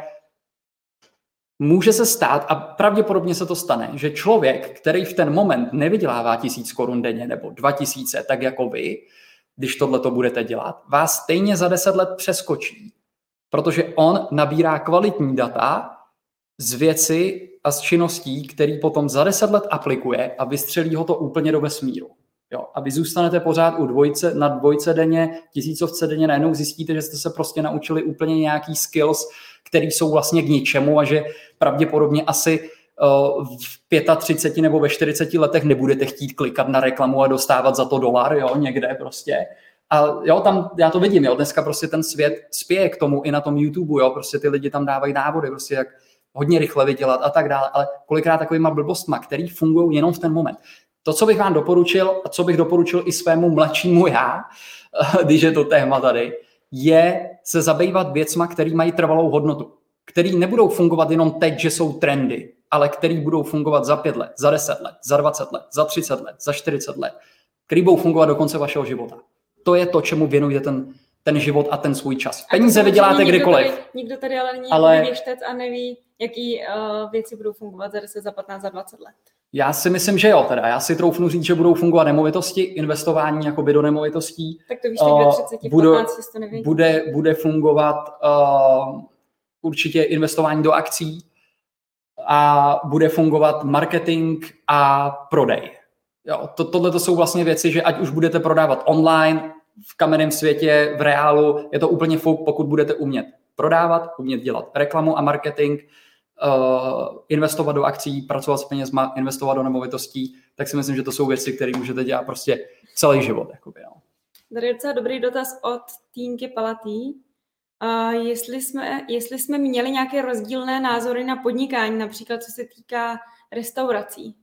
může se stát, a pravděpodobně se to stane, že člověk, který v ten moment nevydělává 1000 korun denně nebo 2000, tak jako vy, když tohleto budete dělat, vás stejně za 10 let přeskočí, protože on nabírá kvalitní data z věci a z činností, který potom za 10 let aplikuje a vystřelí ho to úplně do vesmíru. Jo, a vy zůstanete pořád na dvojce denně, 1000 denně, najednou zjistíte, že jste se prostě naučili úplně nějaký skills, který jsou vlastně k ničemu a že pravděpodobně asi v 35 nebo ve 40 letech nebudete chtít klikat na reklamu a dostávat za to $1, jo, někde prostě. A jo, tam já to vidím, jo, dneska prostě ten svět spěje k tomu i na tom YouTube, jo, prostě ty lidi tam dávají návody, prostě jak hodně rychle vydělat a tak dále, ale kolikrát takovýma blbostma, který fungují jenom v ten moment. To, co bych vám doporučil a co bych doporučil i svému mladšímu já, když je to téma tady, je se zabývat věcma, které mají trvalou hodnotu, které nebudou fungovat jenom teď, že jsou trendy, ale které budou fungovat za 5 let, za 10 let, za 20 let, za 30 let, za 40 let, které budou fungovat do konce vašeho života. To je to, čemu věnujete ten život a ten svůj čas. Peníze vyděláte kdykoliv. Nikdo tady ale není věštec a neví, jaký věci budou fungovat za 10, za 15, za 20 let. Já si myslím, že jo, teda. Já si troufnu říct, že budou fungovat nemovitosti, investování jakoby do nemovitostí. Tak to víš, tak do 30, 15, to neví. Bude fungovat určitě investování do akcí a bude fungovat marketing a prodej. Jo, tohle to jsou vlastně věci, že ať už budete prodávat online, v kamenném světě, v reálu, je to úplně fouk, pokud budete umět prodávat, umět dělat reklamu a marketing, investovat do akcí, pracovat s penězma, investovat do nemovitostí, tak si myslím, že to jsou věci, které můžete dělat prostě celý život. Jakoby, no. Tady je docela dobrý dotaz od Týnky Palatý. Jestli jsme měli nějaké rozdílné názory na podnikání, například co se týká restaurací.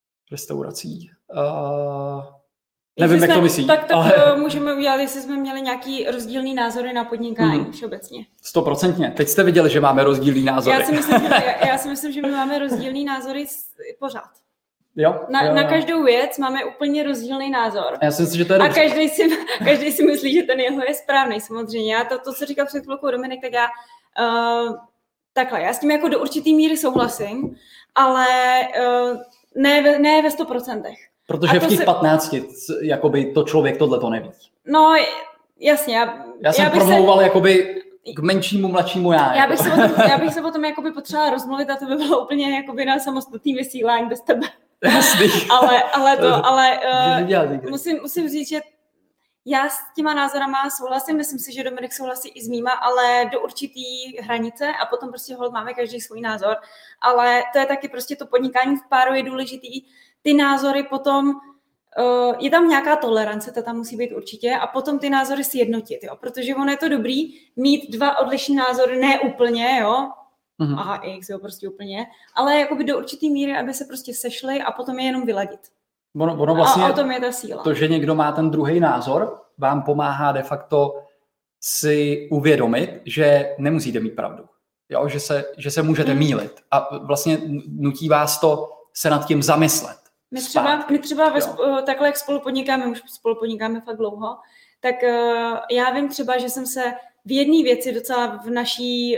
Nevím, jak to myslí. Tak ale můžeme udělat, jestli jsme měli nějaký rozdílný názory na podnikání všeobecně. 100%. Teď jste viděli, že máme rozdílný názory. Já si myslím, že my máme rozdílný názory pořád. Jo? Na každou věc máme úplně rozdílný názor. Já si myslím, že to je dobře. A každý si myslí, že ten jeho je správný, samozřejmě. Já to co říkal před chvilkou Dominik, tak já takhle, já s tím jako do určitý míry souhlasím, ale ne ve 100%. Protože v těch 15 jakoby to člověk tohle to neví. No, jasně. Já jsem promlouval jakoby k menšímu, mladšímu já. Já bych se potom jakoby potřebovala rozmluvit a to by bylo úplně jakoby na samostatný vysílání bez tebe. Jasný. ale musím říct, že já s těma názorama souhlasím, myslím si, že Dominik souhlasí i s mýma, ale do určitý hranice a potom prostě holt máme každý svůj názor, ale to je taky prostě to podnikání v páru je důležitý, ty názory potom, je tam nějaká tolerance, ta tam musí být určitě a potom ty názory sjednotit, jo, protože ono je to dobrý mít dva odlišné názory, ne úplně, jo, a X, jo, prostě úplně, ale jakoby do určitý míry, aby se prostě sešli a potom je jenom vyladit. Ono vlastně a o tom je ta síla. To, že někdo má ten druhý názor, vám pomáhá de facto si uvědomit, že nemusíte mít pravdu. Jo? Že se můžete mýlit. A vlastně nutí vás to se nad tím zamyslet. My třeba takhle, jak spolu podnikáme fakt dlouho, tak já vím třeba, že jsem se v jedné věci docela v naší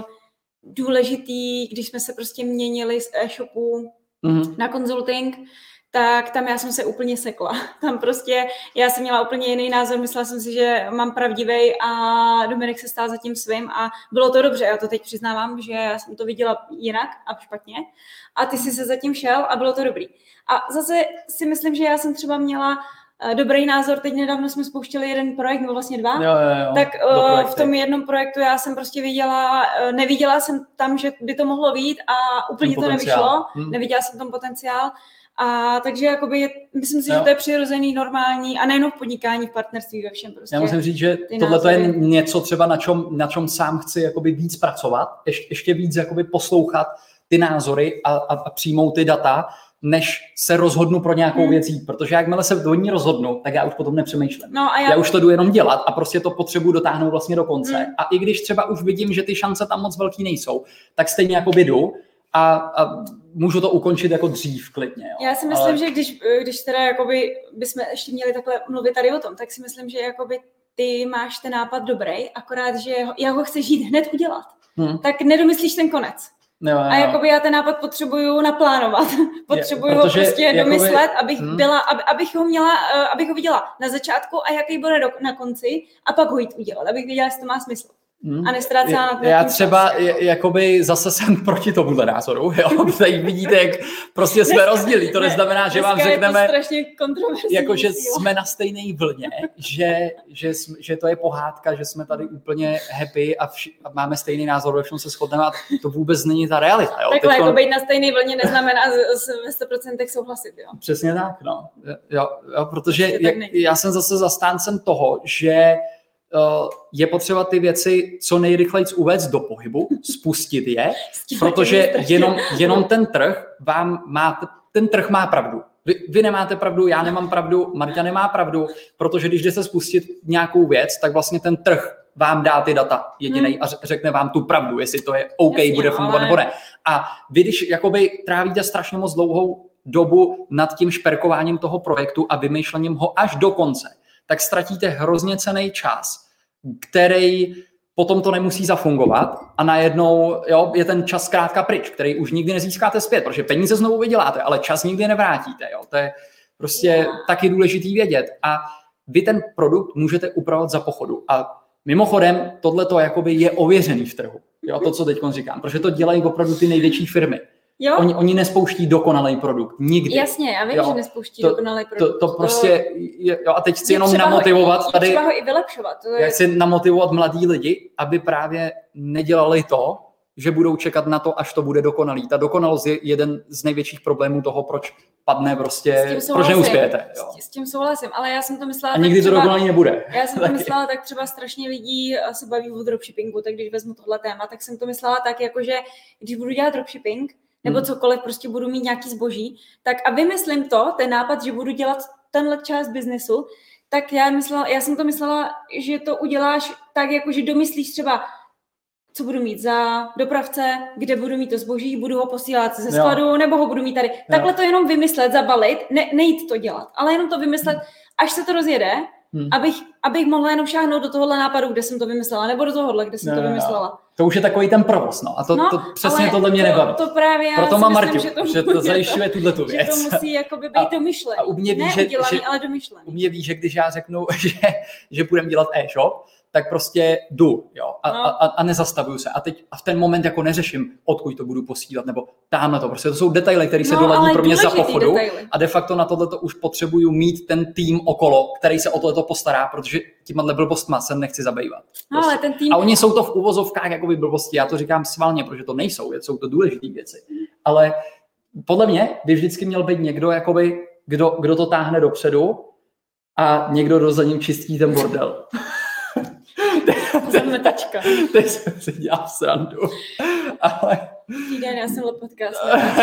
důležitý, když jsme se prostě měnili z e-shopu na consulting, tak tam já jsem se úplně sekla. Tam prostě já jsem měla úplně jiný názor, myslela jsem si, že mám pravdivej a Dominik se stál za tím svým a bylo to dobře, já to teď přiznávám, že já jsem to viděla jinak a špatně a ty jsi se za tím šel a bylo to dobrý. A zase si myslím, že já jsem třeba měla dobrý názor, teď nedávno jsme spouštěli jeden projekt, nebo vlastně dva, tak v tom jednom projektu já jsem prostě neviděla jsem tam, že by to mohlo vyjít a úplně to nevyšlo, neviděla jsem tam potenciál. A takže jakoby myslím si, že to je přirozený, normální a nejenom v podnikání, v partnerství, ve všem prostě. Já musím říct, že tohle je něco třeba, na čem sám chci jakoby víc pracovat, ještě víc jakoby poslouchat ty názory a přijmout ty data než se rozhodnu pro nějakou věc jít, protože jakmile se do ní rozhodnu, tak já už potom nepřemýšlím. No a já už to jdu jenom dělat a prostě to potřebuji dotáhnout vlastně do konce. A i když třeba už vidím, že ty šance tam moc velký nejsou, tak stejně jako jdu a můžu to ukončit jako dřív klidně. Jo. Já si myslím, že když teda jakoby bychom ještě měli takhle mluvit tady o tom, tak si myslím, že jakoby ty máš ten nápad dobrý, akorát, že já ho chci žít hned udělat. Tak nedomyslíš ten konec. Jo. A jakoby já ten nápad potřebuju naplánovat. Potřebuju ho prostě domyslet, abych ho viděla na začátku a jaký bude na konci a pak ho jít udělat, abych viděla, jestli to má smysl. A nestrácela na já třeba jakoby zase jsem proti tomuhle názoru. Jo? Tady vidíte, jak prostě jsme rozdělí. To neznamená, že vám řekneme, jako, že jsme na stejné vlně, že to je pohádka, že jsme tady úplně happy a máme stejný názor, ve všem se shodneme a to vůbec není ta realita. Jo? Takhle, jako být na stejné vlně neznamená ve 100% souhlasit. Jo? Přesně tak, no. Jo, protože já jsem zase zastáncem toho, že je potřeba ty věci co nejrychleji uvést do pohybu, spustit je, protože jenom ten trh ten trh má pravdu. Vy nemáte pravdu, já nemám pravdu, Marta nemá pravdu, protože když jdete spustit nějakou věc, tak vlastně ten trh vám dá ty data jedinej a řekne vám tu pravdu, jestli to je OK, jasně, bude fungovat nebo ne. A vy, když jakoby trávíte strašně moc dlouhou dobu nad tím šperkováním toho projektu a vymýšlením ho až do konce, tak ztratíte hrozně cenný čas, který potom to nemusí zafungovat a najednou je ten čas zkrátka pryč, který už nikdy nezískáte zpět, protože peníze znovu vyděláte, ale čas nikdy nevrátíte. Jo? To je prostě taky důležitý vědět. A vy ten produkt můžete upravovat za pochodu. A mimochodem, tohleto jakoby je ověřený v trhu. Jo? To, co teď říkám, protože to dělají opravdu ty největší firmy. Oni nespouští dokonalý produkt. Nikdy. Jasně, já vím, že nespouští dokonalý produkt. To prostě, a teď chci jenom namotivovat tady. Třeba ho i vylepšovat. Já chci namotivovat mladí lidi, aby právě nedělali to, že budou čekat na to, až to bude dokonalý. Ta dokonalost je jeden z největších problémů toho, proč padne prostě, proč neuspějete. Jo. S tím souhlasím, ale já jsem to myslela... A nikdy to dokonalý nebude. Já jsem to myslela, tak třeba strašně lidí se baví o dropshippingu, tak když vezmu tohle téma, tak jsem to myslela tak, jako že když budu dělat dropshipping, nebo cokoliv, prostě budu mít nějaký zboží, tak a vymyslím ten nápad, že budu dělat tenhle část biznesu, tak já jsem to myslela, že to uděláš tak, jako že domyslíš třeba, co budu mít za dopravce, kde budu mít to zboží, budu ho posílat ze skladu, nebo ho budu mít tady. Takhle to jenom vymyslet, zabalit, nejít to dělat, ale jenom to vymyslet, až se to rozjede, abych mohla jenom šáhnout do tohohle nápadu, kde jsem to vymyslela, nebo do tohohle, kde jsem to vymyslela. To už je takový ten provoz, no. A to přesně tohle mě nebaví. To právě proto mám Marťu, že to zajišťuje tuhletu věc. Že to musí jakoby být domyšlený. A u mě ví, ale domyšlený. U mě ví, že když já řeknu, že budeme dělat e-shop, tak prostě jdu, jo, a nezastavuju se. A v ten moment jako neřeším, odkud to budu posílat, nebo tamhle to. Prostě to jsou detaily, které se doladí pro mě za pochodu. Detaily. A de facto na tohleto už potřebuju mít ten tým okolo, který se o tohleto postará, protože tímhle blbostma se nechci zabývat. No, ale ten tým... A oni jsou to v uvozovkách jakoby blbosti. Já to říkám svalně, protože to nejsou, jsou to důležité věci. Ale podle mě by vždycky měl být někdo, jakoby, kdo to táhne dopředu a někdo, kdo za ním čistí ten bordel. Zametačka. Teď jsem si dělal srandu. Ale... Týden, já jsem podcast.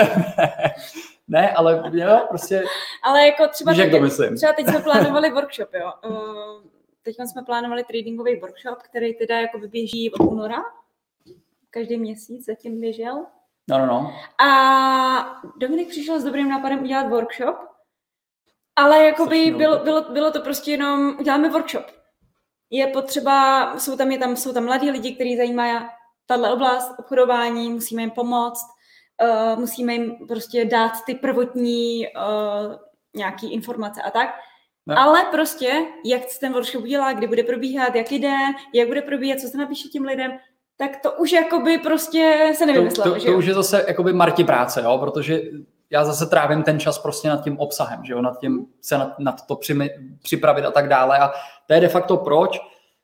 Ne, ale jo, prostě... Ale jako třeba teď jsme plánovali workshop, jo. Teď jsme plánovali tradingový workshop, který teda jako běží od února. Každý měsíc zatím běžel. No. A Dominik přišel s dobrým nápadem udělat workshop, ale jakoby bylo to prostě jenom, uděláme workshop. Je potřeba, jsou tam mladí lidi, kteří zajímá tato oblast obchodování, musíme jim pomoct, musíme jim prostě dát ty prvotní nějaký informace a tak. No. Ale prostě, jak se ten workshop udělá, kdy bude probíhat, jaký den, jak bude probíhat, co se napíše těm lidem, tak to už jakoby prostě se nevymyslelo. To už je zase jakoby Marti práce, jo, protože já zase trávím ten čas prostě nad tím obsahem, že jo, nad tím se nad to připravit a tak dále. A to je de facto proč.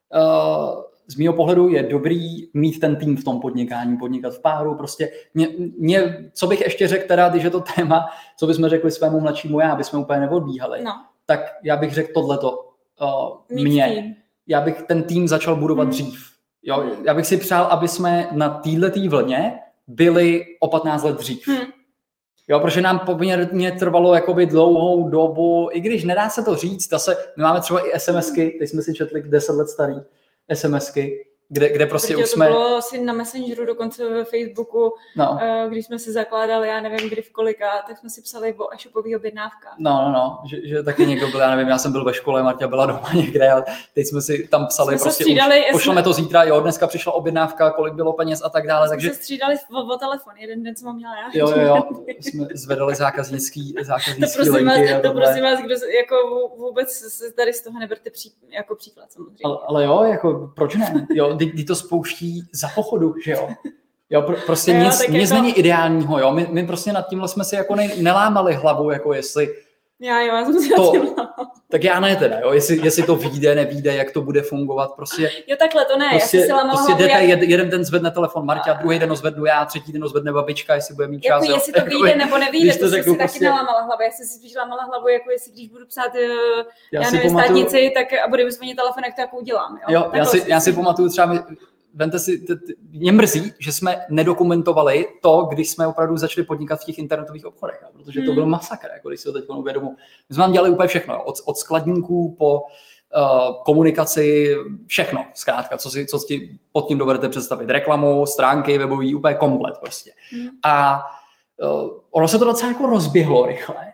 Z mýho pohledu je dobrý mít ten tým v tom podnikání, podnikat v páru. Prostě co bych ještě řekl teda, když je to téma, co bychom řekli svému mladšímu já, aby jsme úplně neodbíhali, tak já bych řekl tohleto mě. Já bych ten tým začal budovat dřív. Jo? Já bych si přál, aby jsme na této vlně byli o 15 let dřív. Jo, protože nám poměrně trvalo jakoby dlouhou dobu, i když nedá se to říct, my máme třeba i SMSky, teď jsme si četli 10 let starý SMSky, kde prostě už jsme... To bylo asi na Messengeru, dokonce ve Facebooku, no. Když jsme si zakládali, já nevím, kdy v kolika, tak jsme si psali o e-shopových objednávkách. No, že taky někdo byl, já nevím, já jsem byl ve škole, Marta byla doma někde a teď jsme si tam psali prostě pošleme to zítra, jo, dneska přišla objednávka, kolik bylo peněz a tak dále. Takže se střídali o telefon, jeden den jsem ho měla já. Jo, jsme zvedali zákaznický linky. To prosím vás, kdo jako vůbec se tady z toho neberte jako příklad samozřejmě. Ale jo, jako proč ne? Jo, kdy to spouští za pochodu, že jo? Jo, prostě nic není ideálního, jo? My prostě nad tímhle jsme si jako nelámali hlavu, jako jestli já jsem si to, tak já ne teda, jo? Jestli to vyjde, nevyjde, jak to bude fungovat, prostě. Jo, takhle to ne, prostě, já si lámala hlavu. Prostě jeden den zvedne telefon Marta, druhý den ho zvednu já, třetí den ho zvedne babička, jestli bude mít čas. Jako jestli to vyjde nebo nevyjde, to jsem si taky nalámala hlavu. Já jsem si spíš lámala hlavu, jako jestli když budu psát já nevím, státnici, tak a bude mi zvonit telefon, jak to jako udělám. Jo, já si pamatuju třeba, vemte si, mě mrzí, že jsme nedokumentovali to, když jsme opravdu začali podnikat v těch internetových obchodech, protože to byl masakr, jako když si to teď uvědomuji. My jsme tam dělali úplně všechno, od skladníků po komunikaci, všechno, zkrátka, co si pod tím dovedete představit. Reklamu, stránky, webový, úplně komplet prostě. A ono se to docela jako rozběhlo rychle.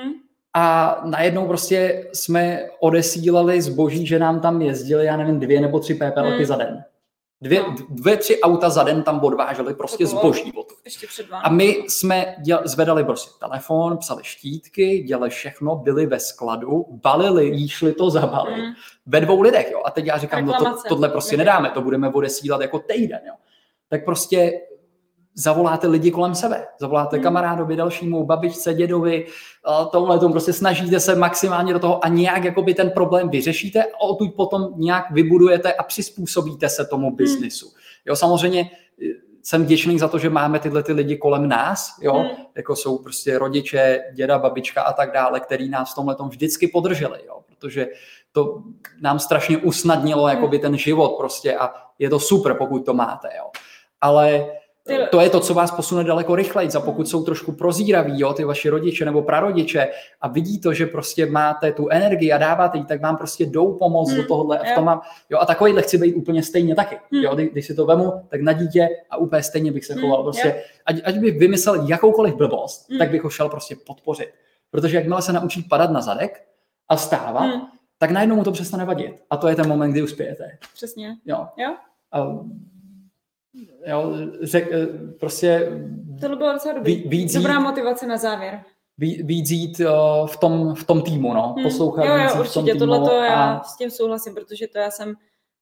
A najednou prostě jsme odesílali zboží, že nám tam jezdili, já nevím, 2 nebo 3 PPLky za den. 2-3 auta za den tam odváželi prostě zboží. A my jsme zvedali prostě telefon, psali štítky, dělali všechno, byli ve skladu, balili, šli to zabalit. Ve 2 lidech, jo. A teď já říkám, tohle prostě nedáme, to budeme odesílat jako týden, jo. Tak prostě zavoláte lidi kolem sebe, zavoláte kamarádovi, dalšímu, babičce, dědovi, tohle tomu prostě snažíte se maximálně do toho a nějak jakoby ten problém vyřešíte a odtud potom nějak vybudujete a přizpůsobíte se tomu biznisu. Jo, samozřejmě jsem vděčný za to, že máme tyhle ty lidi kolem nás, jo, jako jsou prostě rodiče, děda, babička a tak dále, který nás v tomhletom vždycky podrželi, jo, protože to nám strašně usnadnilo jakoby ten život prostě a je to super, pokud to máte, jo. Ale to je to, co vás posune daleko rychleji. A pokud jsou trošku prozíraví, jo, ty vaši rodiče nebo prarodiče a vidí to, že prostě máte tu energii a dáváte ji, tak vám prostě jdou pomoct do tohohle. A, v tom mám, jo, a takovýhle chci být úplně stejně taky. Jo, když si to vemu, tak na dítě a úplně stejně bych se choval. Prostě, ať bych vymyslel jakoukoliv blbost, tak bych ho šel prostě podpořit. Protože jakmile se naučí padat na zadek a stávat, tak najednou mu to přestane vadit. A to je ten moment, kdy uspějete. Přesně. Jo. Jo, prostě to bylo docela dobrá motivace na závěr. Víc jít v tom týmu, no. Poslouchat víc určitě, v tom týmu. Tohleto já s tím souhlasím, protože to já jsem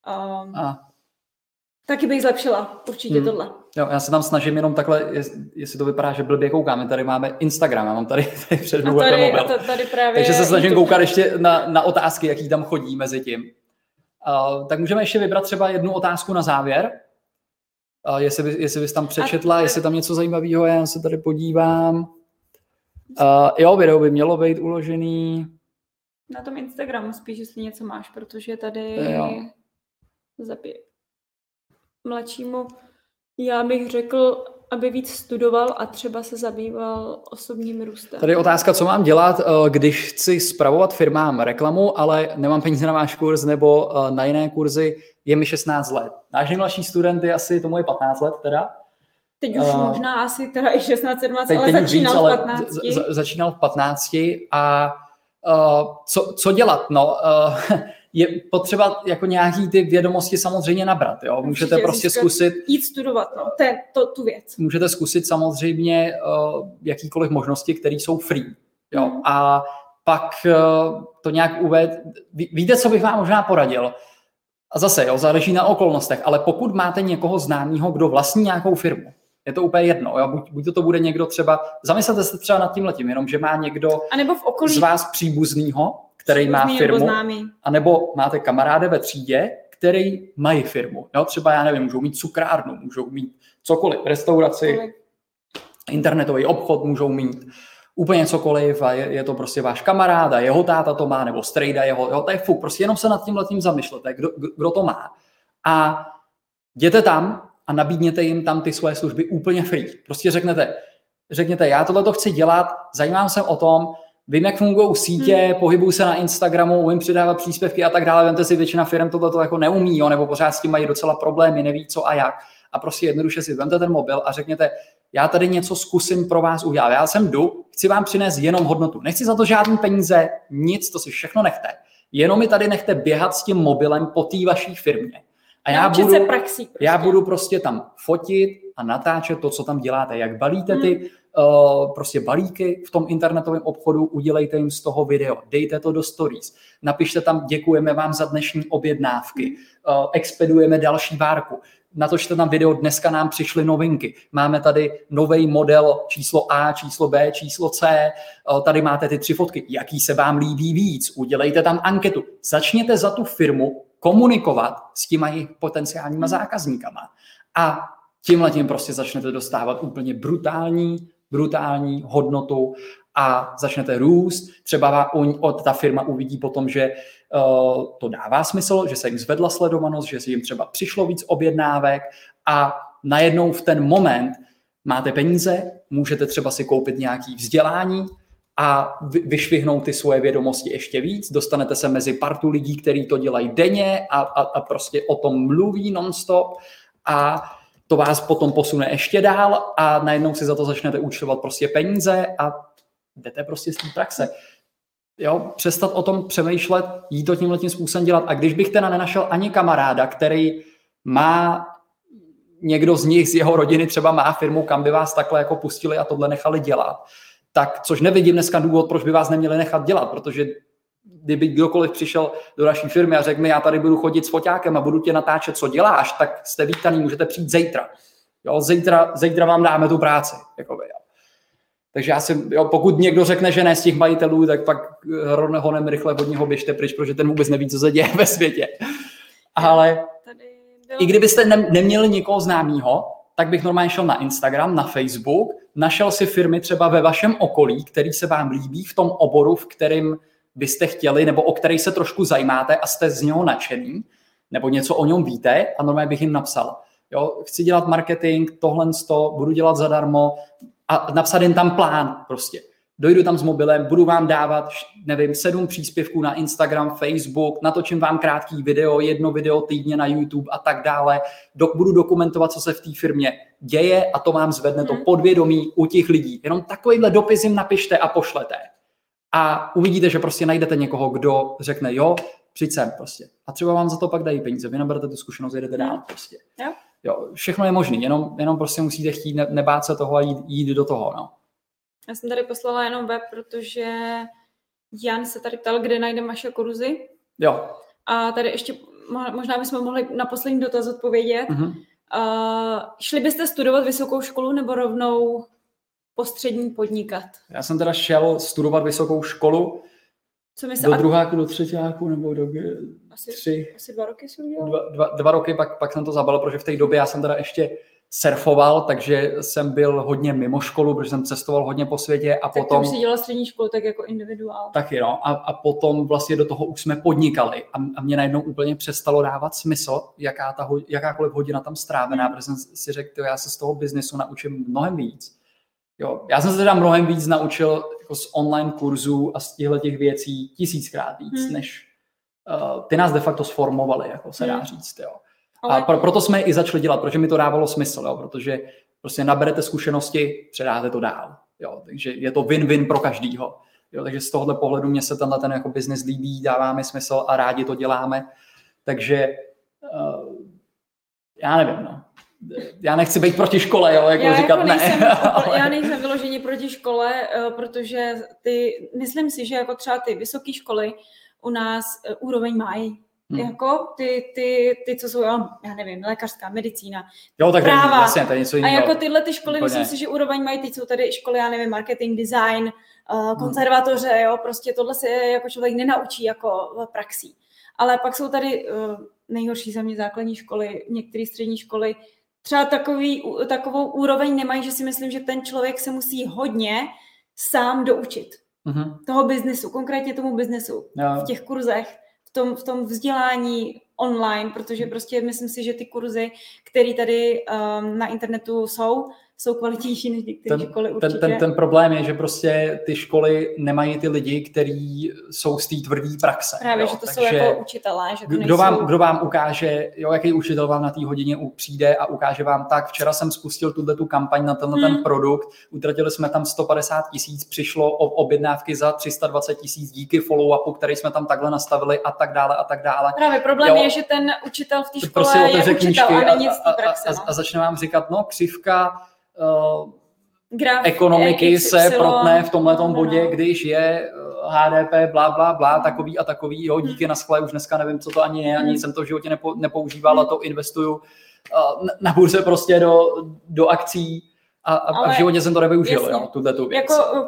taky bych zlepšila, určitě tohle. Jo, já se tam snažím jenom takhle, jestli to vypadá, že blbě koukám, my tady máme Instagram, já mám tady před mnou mobil. Tady právě takže se snažím koukat ještě na otázky, jaký tam chodí mezi tím. Tak můžeme ještě vybrat třeba jednu otázku na závěr. Jestli bys tam přečetla, jestli tam něco zajímavého, já se tady podívám. Jo, video by mělo být uložený. Na tom Instagramu spíš, jestli něco máš, protože tady mladšímu já bych řekl, aby víc studoval a třeba se zabýval osobním růstem. Tady je otázka, co mám dělat, když chci spravovat firmám reklamu, ale nemám peníze na váš kurz nebo na jiné kurzy, je mi 16 let. Náš nejmladší student je asi, tomu je 15 let teda. Teď už možná asi teda i 16, 17, ale začínal v 15. Začínal v 15 a co dělat? No, je potřeba jako nějaký ty vědomosti samozřejmě nabrat. Jo? Můžete prostě zkusit jít studovat, tu věc. Můžete zkusit samozřejmě jakýkoliv možnosti, které jsou free. Jo? A pak to nějak uvést. Víte, co bych vám možná poradil? A zase, jo, záleží na okolnostech, ale pokud máte někoho známého, kdo vlastní nějakou firmu, je to úplně jedno. Jo? Buď to bude někdo třeba, zamyslete se třeba nad tímhletím, jenom že má někdo v okolí z vás příbuznýho, který má firmu, anebo máte kamaráde ve třídě, který mají firmu. Jo? Třeba, já nevím, můžou mít cukrárnu, můžou mít cokoliv, restauraci, internetový obchod můžou mít, úplně cokoliv a je to prostě váš kamarád a jeho táta to má, nebo strejda jeho, jo? To je fuk, prostě jenom se nad tímhletím zamyšlete, kdo to má. A jděte tam a nabídněte jim tam ty svoje služby úplně free. Prostě řeknete, řekněte, já tohleto chci dělat, zajímám se o tom, vím, jak fungují sítě, pohybuju se na Instagramu, umím přidávat příspěvky a tak dále. Vemte si, většina firm tohleto jako neumí, jo, nebo pořád s tím mají docela problémy, neví co a jak. A prostě jednoduše si vemte ten mobil a řekněte, já tady něco zkusím pro vás udělat. Já sem jdu, chci vám přinést jenom hodnotu. Nechci za to žádný peníze, nic, to si všechno nechte. Jenom mi tady nechte běhat s tím mobilem po té vaší firmě. A já budu prostě tam fotit a natáčet to, co tam děláte. Jak balíte ty prostě balíky v tom internetovém obchodu, udělejte jim z toho video, dejte to do stories, napište tam, děkujeme vám za dnešní objednávky, expedujeme další várku. Natočte tam video, dneska nám přišly novinky. Máme tady nový model číslo A, číslo B, číslo C. Tady máte ty 3 fotky. Jaký se vám líbí víc? Udělejte tam anketu. Začněte za tu firmu komunikovat s těma jejich potenciálníma zákazníkama. A tímhletím prostě začnete dostávat úplně brutální hodnotu a začnete růst. Třeba ta firma uvidí potom, že to dává smysl, že se jim zvedla sledovanost, že se jim třeba přišlo víc objednávek a najednou v ten moment máte peníze, můžete třeba si koupit nějaké vzdělání a vyšvihnout ty svoje vědomosti ještě víc, dostanete se mezi partu lidí, kteří to dělají denně a prostě o tom mluví non-stop a to vás potom posune ještě dál a najednou si za to začnete účtovat prostě peníze a jdete prostě z té praxe. Jo, přestat o tom přemýšlet, jít to tímhletím způsobem dělat. A když bych teda nenašel ani kamaráda, který má někdo z nich, z jeho rodiny třeba má firmu, kam by vás takhle jako pustili a tohle nechali dělat, tak což nevidím dneska důvod, proč by vás neměli nechat dělat, protože kdyby kdokoliv přišel do naší firmy a řekl mi, já tady budu chodit s foťákem a budu tě natáčet, co děláš, tak jste vítaný, můžete přijít zítra. Jo, zítra vám dáme tu práci. Jakoby, jo. Takže pokud někdo řekne, že ne z těch majitelů, tak pak honem rychle od něho běžte pryč, protože ten vůbec neví, co se děje ve světě. Ale i kdybyste neměli nikoho známýho, tak bych normálně šel na Instagram, na Facebook, našel si firmy třeba ve vašem okolí, který se vám líbí v tom oboru, v kterém byste chtěli, nebo o který se trošku zajímáte a jste z něho nadšený, nebo něco o něm víte a normálně bych jim napsal. Jo, chci dělat marketing, tohle budu dělat zadarmo a napsat jen tam plán prostě. Dojdu tam s mobilem, budu vám dávat, 7 příspěvků na Instagram, Facebook, natočím vám krátký video, 1 video týdně na YouTube a tak dále. Budu dokumentovat, co se v té firmě děje a to vám zvedne to podvědomí u těch lidí. Jenom takovýhle dopis jim napište a pošlete. A uvidíte, že prostě najdete někoho, kdo řekne jo, přijď sem prostě. A třeba vám za to pak dají peníze. Vy naberete tu zkušenost, jedete dál prostě. Jo, všechno je možné, jenom prostě musíte chtít, nebát se toho a jít do toho, no. Já jsem tady poslala jenom web, protože Jan se tady ptal, kde najdeme vaše kurzy. Jo. A tady ještě, možná bychom mohli na poslední dotaz odpovědět. Šli byste studovat vysokou školu nebo rovnou postřední podnikat? Já jsem teda šel studovat vysokou školu. Do druháku, do třetíku nebo do asi 2 roky jsem udělal. 2 roky, pak jsem to zabalil, protože v té době já jsem teda ještě surfoval, takže jsem byl hodně mimo školu, protože jsem cestoval hodně po světě a tak potom... Tak to už si dělal střední školu, tak jako individuál. Taky no, a potom vlastně do toho už jsme podnikali a mě najednou úplně přestalo dávat smysl, jakákoliv hodina tam strávená, protože jsem si řekl, já se z toho biznesu naučím mnohem víc. Jo, já jsem se teda mnohem víc naučil jako z online kurzů a z těch věcí 1000krát víc, než ty nás de facto sformovali, jako se dá říct, jo. A proto jsme i začali dělat, protože mi to dávalo smysl, jo, protože prostě naberete zkušenosti, předáte to dál, jo, takže je to win-win pro každýho, jo, takže z tohohle pohledu mě se ten jako business líbí, dává mi smysl a rádi to děláme, takže já nevím, no. Já nechci být proti škole, jo, jako říkat jako ne. Já nejsem vyloženě proti škole, protože myslím si, že jako třeba ty vysoké školy u nás úroveň mají. Jako ty, co jsou, já nevím, lékařská medicína, jo, tak práva. Jasně, to je něco jiného. A jako tyhle ty školy, myslím si, že úroveň mají, teď jsou tady školy, já nevím, marketing, design, konzervatoře, jo, prostě tohle se jako člověk nenaučí jako praxí. Ale pak jsou tady nejhorší za mě základní školy, některé střední školy, třeba takovou úroveň nemají, že si myslím, že ten člověk se musí hodně sám doučit toho biznesu, konkrétně tomu biznesu v těch kurzech, v tom vzdělání online, protože prostě myslím si, že ty kurzy, které tady na internetu jsou, jsou kvalitnější než některé školy určitě. Ten problém je, že prostě ty školy nemají ty lidi, kteří jsou z té tvrdé praxe. Právě, že to jsou jako učitelé. Že to kdo vám ukáže, jaký učitel vám na té hodině přijde a ukáže vám tak, včera jsem spustil tu kampaň na ten produkt, utratili jsme tam 150 000, přišlo o objednávky za 320 000 díky follow-upu, který jsme tam takhle nastavili a tak dále a tak dále. Právě problém je, že ten učitel v té škole prostě je učitel a není z té praxe. A začne vám říkat, křivka ekonomiky se protne v tomhletom bodě, když je HDP blá, takový a takový, díky na schle, už dneska nevím, co to ani je, ani jsem to v životě nepoužíval a to investuju na burze prostě do akcí a v životě jsem to nevyužil, tuto věc.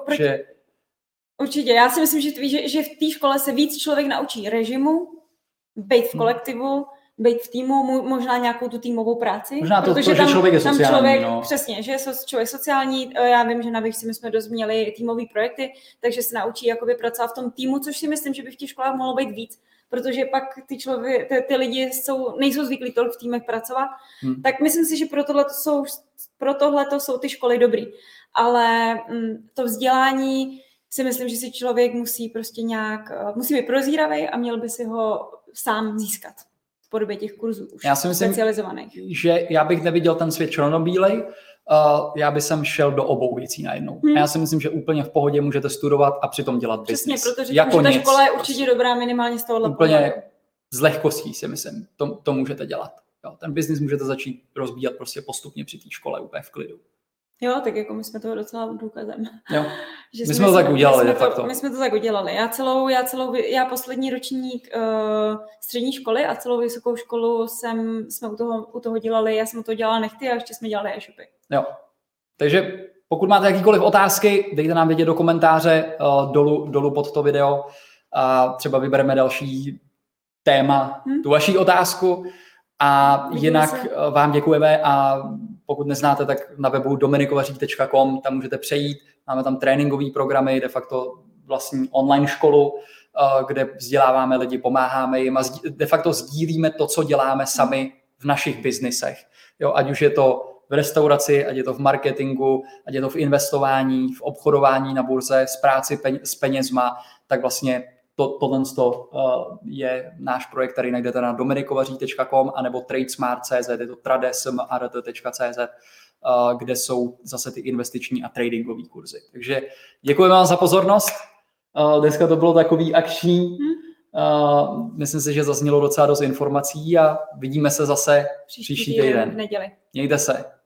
Určitě, já si myslím, že v té škole se víc člověk naučí režimu, být v kolektivu, být v týmu, možná nějakou tu týmovou práci. Možná protože že člověk je sociální. Přesně, že je člověk sociální. Já vím, že na výšce my jsme dost měli týmové projekty, takže se naučí jakoby pracovat v tom týmu, což si myslím, že by v těch školách mohlo být víc, protože pak ty lidi nejsou zvyklí tolik v týmech pracovat. Tak myslím si, že pro tohleto jsou ty školy dobrý. Ale to vzdělání si myslím, že si člověk musí prostě musí být prozíravý a měl by si ho sám získat v podobě těch kurzů už specializovaných. Že já bych neviděl ten svět černobílej, já bych šel do obou věcí najednou. A já si myslím, že úplně v pohodě můžete studovat a přitom dělat business. Přesně, protože ta škola je určitě dobrá minimálně z tohohle úplně pohledu. Z lehkostí si myslím, to můžete dělat. Ten business můžete začít rozbíjat prostě postupně při té škole úplně v klidu. Jo, tak jako my jsme toho docela důkazem. Jo. My jsme to tak udělali, de facto. My jsme to tak udělali. Já poslední ročník střední školy a celou vysokou školu jsme u toho dělali, já jsem u toho dělala nechty a ještě jsme dělali e-shopy. Jo. Takže pokud máte jakýkoliv otázky, dejte nám vědět do komentáře dolů pod to video a třeba vybereme další téma, tu vaši otázku. A jinak vám děkujeme a pokud neznáte, tak na webu dominikovařík.com, tam můžete přejít, máme tam tréninkové programy, de facto vlastní online školu, kde vzděláváme lidi, pomáháme jim a de facto sdílíme to, co děláme sami v našich biznisech. Jo, ať už je to v restauraci, ať je to v marketingu, ať je to v investování, v obchodování na burze, s práci s penězma, tak vlastně tohle je náš projekt, který najdete na dominikovařík.com anebo tradesmart.cz, je to tradesmart.cz, kde jsou zase ty investiční a tradingové kurzy. Takže děkujeme vám za pozornost. Dneska to bylo takový akční. Myslím si, že zaznělo docela dost informací a vidíme se zase příští týden. V neděli. Mějte se.